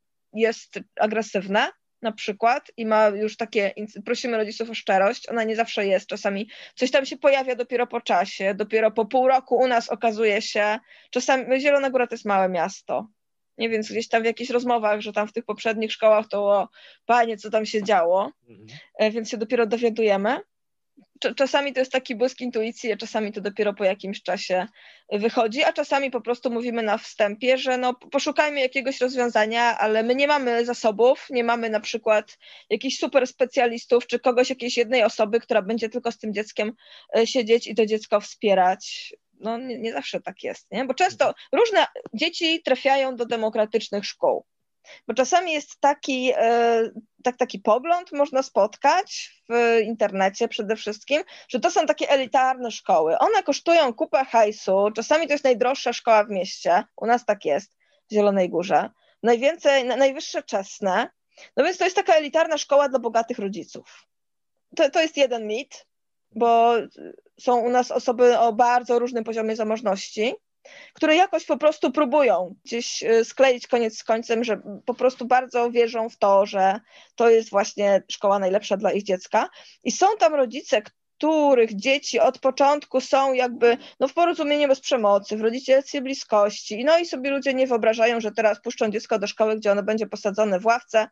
B: jest agresywne, na przykład i ma już takie, prosimy rodziców o szczerość, ona nie zawsze jest, czasami coś tam się pojawia dopiero po czasie, dopiero po pół roku u nas okazuje się, czasami Zielona Góra to jest małe miasto, nie, więc gdzieś tam w jakichś rozmowach, że tam w tych poprzednich szkołach to o, panie, co tam się działo, mhm. Więc się dopiero dowiadujemy. Czasami to jest taki błysk intuicji, a czasami to dopiero po jakimś czasie wychodzi, a czasami po prostu mówimy na wstępie, że no poszukajmy jakiegoś rozwiązania, ale my nie mamy zasobów, nie mamy na przykład jakichś super specjalistów, czy kogoś, jakiejś jednej osoby, która będzie tylko z tym dzieckiem siedzieć i to dziecko wspierać. No nie, nie zawsze tak jest, nie? Bo często różne dzieci trafiają do demokratycznych szkół. Bo czasami jest taki, tak, taki pogląd, można spotkać w internecie przede wszystkim, że to są takie elitarne szkoły. One kosztują kupę hajsu, czasami to jest najdroższa szkoła w mieście, u nas tak jest, w Zielonej Górze, najwięcej, najwyższe czesne, no więc to jest taka elitarna szkoła dla bogatych rodziców. To, to jest jeden mit, bo są u nas osoby o bardzo różnym poziomie zamożności, które jakoś po prostu próbują gdzieś skleić koniec z końcem, że po prostu bardzo wierzą w to, że to jest właśnie szkoła najlepsza dla ich dziecka. I są tam rodzice, których dzieci od początku są jakby no, w porozumieniu bez przemocy, w rodzicielskiej bliskości. No i sobie ludzie nie wyobrażają, że teraz puszczą dziecko do szkoły, gdzie ono będzie posadzone w ławce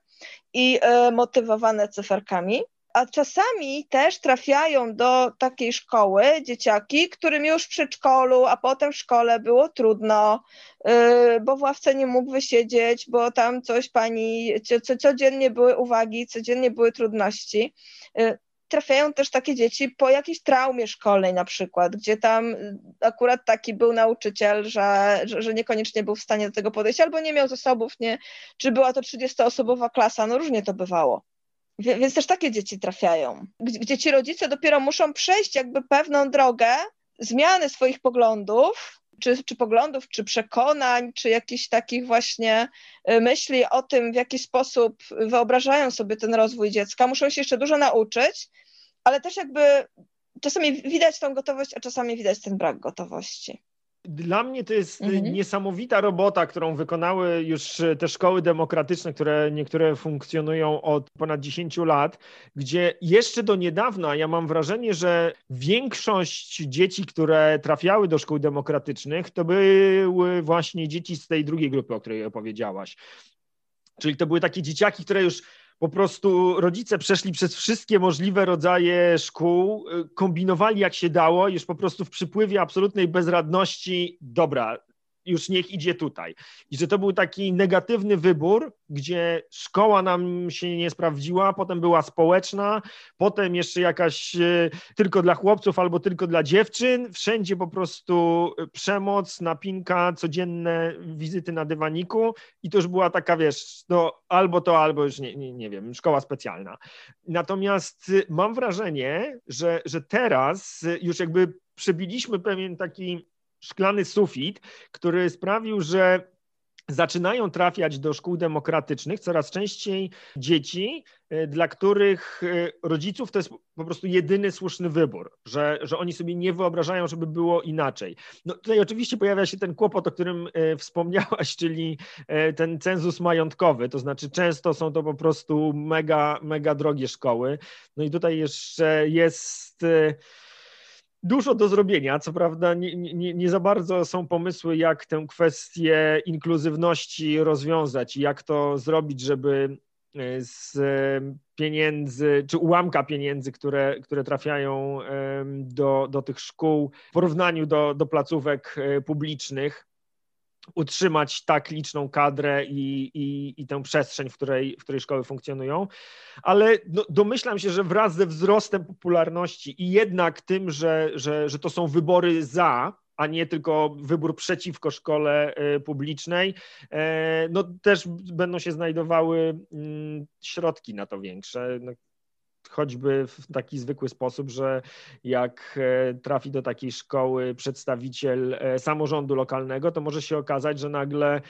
B: i y, motywowane cyferkami. A czasami też trafiają do takiej szkoły dzieciaki, którym już w przedszkolu, a potem w szkole było trudno, bo w ławce nie mógł wysiedzieć, bo tam coś pani, codziennie były uwagi, codziennie były trudności. Trafiają też takie dzieci po jakiejś traumie szkolnej na przykład, gdzie tam akurat taki był nauczyciel, że, że, że niekoniecznie był w stanie do tego podejść, albo nie miał zasobów, nie, czy była to trzydziestoosobowa klasa, no różnie to bywało. Więc też takie dzieci trafiają, gdzie ci rodzice dopiero muszą przejść jakby pewną drogę zmiany swoich poglądów czy, czy poglądów, czy przekonań, czy jakichś takich właśnie myśli o tym, w jaki sposób wyobrażają sobie ten rozwój dziecka. Muszą się jeszcze dużo nauczyć, ale też jakby czasami widać tą gotowość, a czasami widać ten brak gotowości.
A: Dla mnie to jest
B: Mhm.
A: niesamowita robota, którą wykonały już te szkoły demokratyczne, które niektóre funkcjonują od ponad dziesięciu lat, gdzie jeszcze do niedawna ja mam wrażenie, że większość dzieci, które trafiały do szkół demokratycznych, to były właśnie dzieci z tej drugiej grupy, o której opowiedziałaś. Czyli to były takie dzieciaki, które już po prostu rodzice przeszli przez wszystkie możliwe rodzaje szkół, kombinowali jak się dało, już po prostu w przypływie absolutnej bezradności, dobra, już niech idzie tutaj. I że to był taki negatywny wybór, gdzie szkoła nam się nie sprawdziła, potem była społeczna, potem jeszcze jakaś tylko dla chłopców albo tylko dla dziewczyn, wszędzie po prostu przemoc, napinka, codzienne wizyty na dywaniku i to już była taka, wiesz, no albo to, albo już nie, nie, nie wiem, szkoła specjalna. Natomiast mam wrażenie, że, że teraz już jakby przebiliśmy pewien taki szklany sufit, który sprawił, że zaczynają trafiać do szkół demokratycznych coraz częściej dzieci, dla których rodziców to jest po prostu jedyny słuszny wybór, że, że oni sobie nie wyobrażają, żeby było inaczej. No tutaj oczywiście pojawia się ten kłopot, o którym wspomniałaś, czyli ten cenzus majątkowy, to znaczy często są to po prostu mega, mega drogie szkoły. No i tutaj jeszcze jest dużo do zrobienia, co prawda nie, nie, nie za bardzo są pomysły, jak tę kwestię inkluzywności rozwiązać i jak to zrobić, żeby z pieniędzy, czy ułamka pieniędzy, które, które trafiają do, do tych szkół w porównaniu do, do placówek publicznych, utrzymać tak liczną kadrę i, i, i tę przestrzeń, w której, w której szkoły funkcjonują. Ale no, domyślam się, że wraz ze wzrostem popularności i jednak tym, że, że, że to są wybory za, a nie tylko wybór przeciwko szkole publicznej, no też będą się znajdowały środki na to większe. No, choćby w taki zwykły sposób, że jak trafi do takiej szkoły przedstawiciel samorządu lokalnego, to może się okazać, że nagle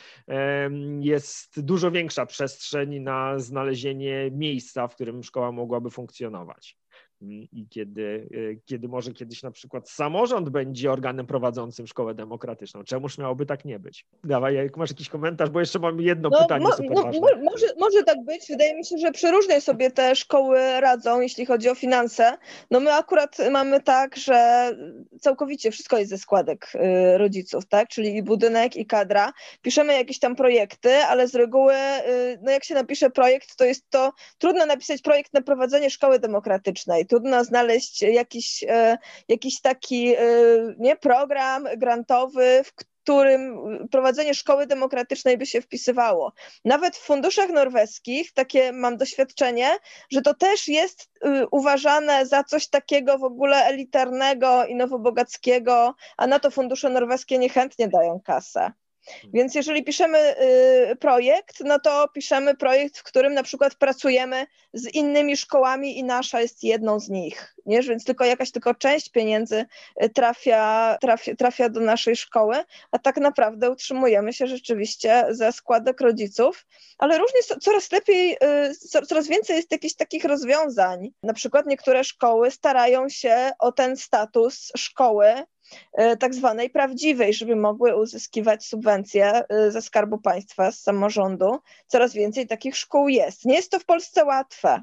A: jest dużo większa przestrzeń na znalezienie miejsca, w którym szkoła mogłaby funkcjonować. I kiedy, kiedy może kiedyś na przykład samorząd będzie organem prowadzącym szkołę demokratyczną. Czemuż miałoby tak nie być? Dawaj, jak masz jakiś komentarz, bo jeszcze mam jedno
B: no,
A: pytanie
B: mo,
A: super
B: mo,
A: ważne.
B: Może, może tak być. Wydaje mi się, że przeróżnie sobie te szkoły radzą, jeśli chodzi o finanse. No my akurat mamy tak, że całkowicie wszystko jest ze składek y, rodziców, tak? Czyli i budynek, i kadra. Piszemy jakieś tam projekty, ale z reguły, y, no jak się napisze projekt, to jest to trudno napisać projekt na prowadzenie szkoły demokratycznej. Trudno znaleźć jakiś, y, jakiś taki y, nie, program grantowy, w którym prowadzenie szkoły demokratycznej by się wpisywało. Nawet w funduszach norweskich takie mam doświadczenie, że to też jest y, uważane za coś takiego w ogóle elitarnego i nowobogackiego, a na to fundusze norweskie niechętnie dają kasę. Więc jeżeli piszemy y, projekt, no to piszemy projekt, w którym na przykład pracujemy z innymi szkołami i nasza jest jedną z nich, nie? Więc tylko jakaś tylko część pieniędzy trafia, trafia, trafia do naszej szkoły, a tak naprawdę utrzymujemy się rzeczywiście ze składek rodziców, ale różnie coraz lepiej, y, coraz więcej jest jakichś takich rozwiązań. Na przykład niektóre szkoły starają się o ten status szkoły tak zwanej prawdziwej, żeby mogły uzyskiwać subwencje ze Skarbu Państwa, z samorządu. Coraz więcej takich szkół jest. Nie jest to w Polsce łatwe,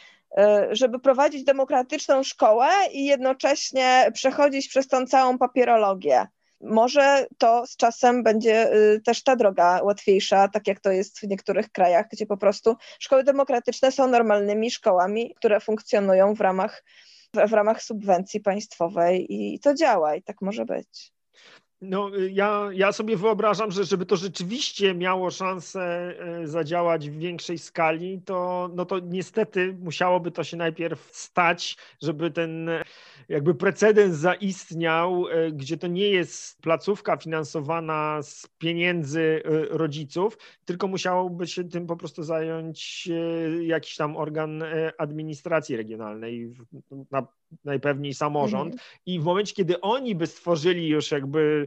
B: żeby prowadzić demokratyczną szkołę i jednocześnie przechodzić przez tą całą papierologię. Może to z czasem będzie też ta droga łatwiejsza, tak jak to jest w niektórych krajach, gdzie po prostu szkoły demokratyczne są normalnymi szkołami, które funkcjonują w ramach w ramach subwencji państwowej i to działa i tak może być.
A: No, ja, ja sobie wyobrażam, że żeby to rzeczywiście miało szansę zadziałać w większej skali, to, no to niestety musiałoby to się najpierw stać, żeby ten jakby precedens zaistniał, gdzie to nie jest placówka finansowana z pieniędzy rodziców, tylko musiałoby się tym po prostu zająć jakiś tam organ administracji regionalnej, na, najpewniej samorząd. Mhm. I w momencie, kiedy oni by stworzyli już jakby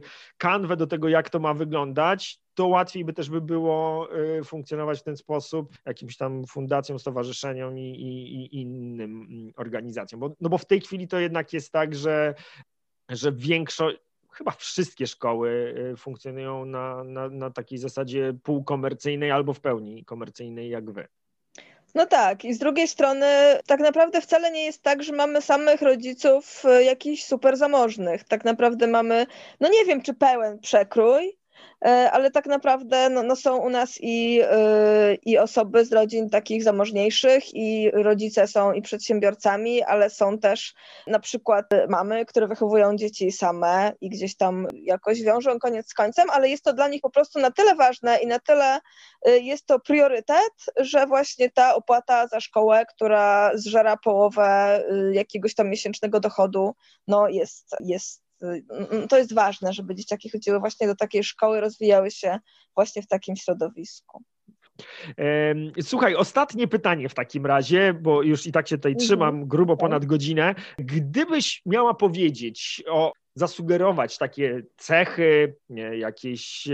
A: kanwę do tego, jak to ma wyglądać, to łatwiej by też by było funkcjonować w ten sposób jakimś tam fundacjom, stowarzyszeniom i, i, i innym organizacjom. Bo, no bo w tej chwili to jednak jest tak, że, że większość, chyba wszystkie szkoły funkcjonują na, na, na takiej zasadzie półkomercyjnej albo w pełni komercyjnej jak wy.
B: No tak, i z drugiej strony tak naprawdę wcale nie jest tak, że mamy samych rodziców jakichś super zamożnych. Tak naprawdę mamy, no nie wiem, czy pełen przekrój, ale tak naprawdę no, no są u nas i, i osoby z rodzin takich zamożniejszych, i rodzice są i przedsiębiorcami, ale są też na przykład mamy, które wychowują dzieci same i gdzieś tam jakoś wiążą koniec z końcem, ale jest to dla nich po prostu na tyle ważne i na tyle jest to priorytet, że właśnie ta opłata za szkołę, która zżera połowę jakiegoś tam miesięcznego dochodu, no jest, jest to jest ważne, żeby dzieciaki chodziły właśnie do takiej szkoły, rozwijały się właśnie w takim środowisku.
A: Słuchaj, ostatnie pytanie w takim razie, bo już i tak się tutaj mhm. trzymam grubo ponad godzinę. Gdybyś miała powiedzieć, o, zasugerować takie cechy, nie, jakieś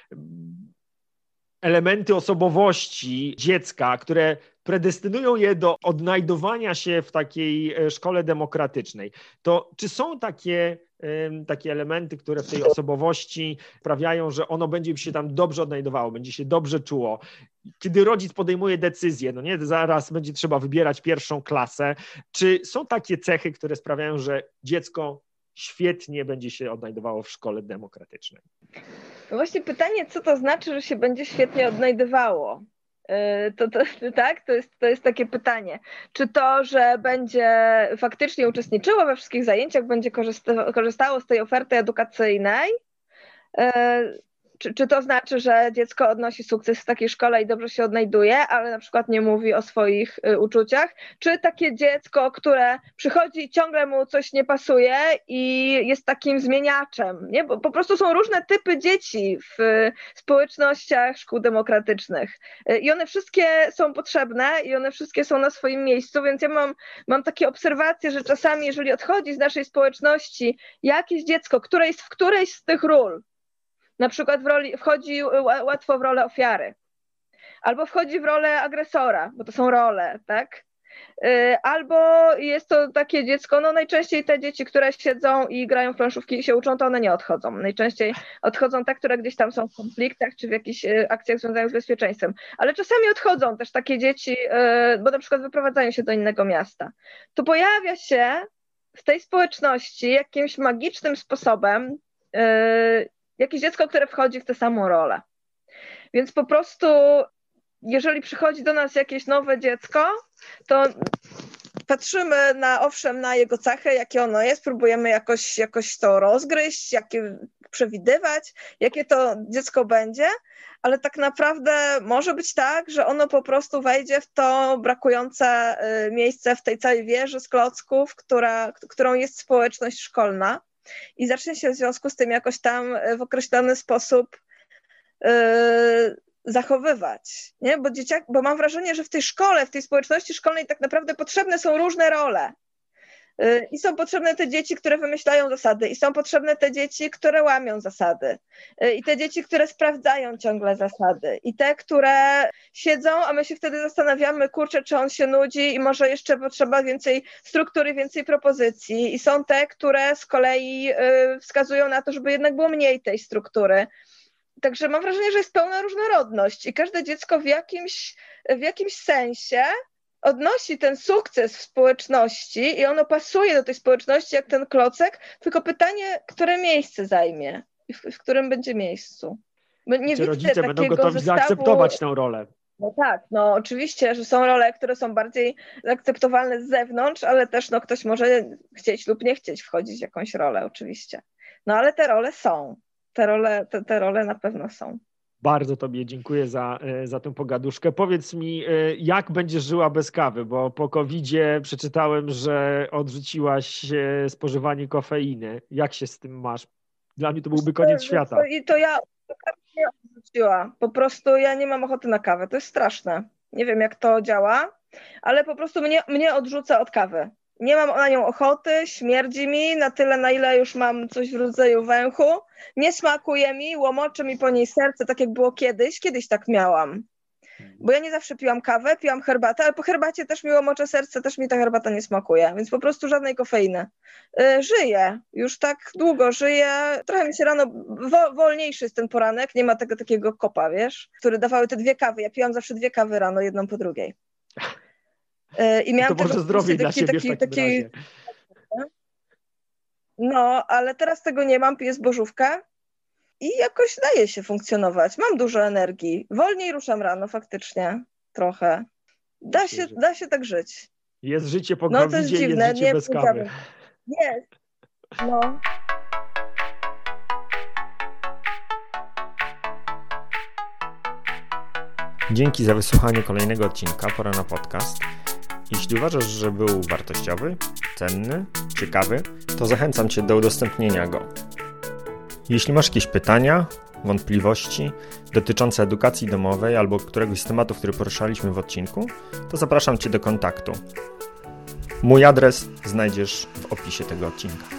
A: elementy osobowości dziecka, które predestynują je do odnajdowania się w takiej szkole demokratycznej, to czy są takie, takie elementy, które w tej osobowości sprawiają, że ono będzie się tam dobrze odnajdowało, będzie się dobrze czuło? Kiedy rodzic podejmuje decyzję, no nie, zaraz będzie trzeba wybierać pierwszą klasę, czy są takie cechy, które sprawiają, że dziecko świetnie będzie się odnajdowało w szkole demokratycznej?
B: No właśnie pytanie, co to znaczy, że się będzie świetnie odnajdywało? To, to, tak? To jest, to jest takie pytanie. Czy to, że będzie faktycznie uczestniczyło we wszystkich zajęciach, będzie korzysta, korzystało z tej oferty edukacyjnej? Czy, czy to znaczy, że dziecko odnosi sukces w takiej szkole i dobrze się odnajduje, ale na przykład nie mówi o swoich y, uczuciach? Czy takie dziecko, które przychodzi i ciągle mu coś nie pasuje i jest takim zmieniaczem, nie? Bo po prostu są różne typy dzieci w y, społecznościach szkół demokratycznych y, i one wszystkie są potrzebne i one wszystkie są na swoim miejscu, więc ja mam, mam takie obserwacje, że czasami, jeżeli odchodzi z naszej społeczności jakieś dziecko, które jest w którejś z tych ról, na przykład w roli, wchodzi łatwo w rolę ofiary, albo wchodzi w rolę agresora, bo to są role, tak? Albo jest to takie dziecko, no najczęściej te dzieci, które siedzą i grają w planszówki i się uczą, to one nie odchodzą. Najczęściej odchodzą te, które gdzieś tam są w konfliktach czy w jakichś akcjach związanych z bezpieczeństwem. Ale czasami odchodzą też takie dzieci, bo na przykład wyprowadzają się do innego miasta. To pojawia się w tej społeczności jakimś magicznym sposobem jakieś dziecko, które wchodzi w tę samą rolę. Więc po prostu, jeżeli przychodzi do nas jakieś nowe dziecko, to patrzymy na, owszem, na jego cechy, jakie ono jest, próbujemy jakoś, jakoś to rozgryźć, jakie przewidywać, jakie to dziecko będzie, ale tak naprawdę może być tak, że ono po prostu wejdzie w to brakujące miejsce w tej całej wieży z klocków, która, którą jest społeczność szkolna. I zacznie się w związku z tym jakoś tam w określony sposób yy, zachowywać, nie? Bo, dzieciak, bo mam wrażenie, że w tej szkole, w tej społeczności szkolnej tak naprawdę potrzebne są różne role. Yy, I są potrzebne te dzieci, które wymyślają zasady, i są potrzebne te dzieci, które łamią zasady, yy, i te dzieci, które sprawdzają ciągle zasady, i te, które siedzą, a my się wtedy zastanawiamy, kurczę, czy on się nudzi i może jeszcze potrzeba więcej struktury, więcej propozycji, i są te, które z kolei yy, wskazują na to, żeby jednak było mniej tej struktury. Także mam wrażenie, że jest pełna różnorodność i każde dziecko w jakimś, w jakimś sensie odnosi ten sukces w społeczności i ono pasuje do tej społeczności jak ten klocek, tylko pytanie, które miejsce zajmie i w, w którym będzie miejscu. Nie
A: Czy rodzice będą gotowi
B: zestawu...
A: zaakceptować tę rolę?
B: No tak, no oczywiście, że są role, które są bardziej akceptowalne z zewnątrz, ale też no, ktoś może chcieć lub nie chcieć wchodzić w jakąś rolę, oczywiście. No ale te role są, te role, te, te role na pewno są.
A: Bardzo Tobie dziękuję za, za tę pogaduszkę. Powiedz mi, jak będziesz żyła bez kawy, bo po kowidzie przeczytałem, że odrzuciłaś spożywanie kofeiny. Jak się z tym masz? Dla mnie to byłby koniec świata.
B: I to ja nie odrzuciła. Po prostu ja nie mam ochoty na kawę. To jest straszne. Nie wiem, jak to działa, ale po prostu mnie, mnie odrzuca od kawy. Nie mam na nią ochoty, śmierdzi mi na tyle, na ile już mam coś w rodzaju węchu. Nie smakuje mi, łomoczy mi po niej serce, tak jak było kiedyś. Kiedyś tak miałam. Bo ja nie zawsze piłam kawę, piłam herbatę, ale po herbacie też mi łomocze serce, też mi ta herbata nie smakuje, więc po prostu żadnej kofeiny. Yy, żyję, już tak długo żyję, trochę mi się rano, wo, wolniejszy jest ten poranek, nie ma tego takiego kopa, wiesz, które dawały te dwie kawy, ja piłam zawsze dwie kawy rano, jedną po drugiej. Yy, i miałam
A: to może zdrowiej dla ciebie taki, w takim taki, razie. No, ale teraz tego nie mam, piję zbożówkę. I jakoś daje się funkcjonować. Mam dużo energii. Wolniej ruszam rano, faktycznie. Trochę. Da się, da się tak żyć. Jest życie po
B: no,
A: covidzie, jest, jest życie nie, bez kawy.
B: Jest. No.
A: Dzięki za wysłuchanie kolejnego odcinka Pora na podcast. Jeśli uważasz, że był wartościowy, cenny, ciekawy, to zachęcam Cię do udostępnienia go. Jeśli masz jakieś pytania, wątpliwości dotyczące edukacji domowej albo któregoś z tematów, który poruszaliśmy w odcinku, to zapraszam Cię do kontaktu. Mój adres znajdziesz w opisie tego odcinka.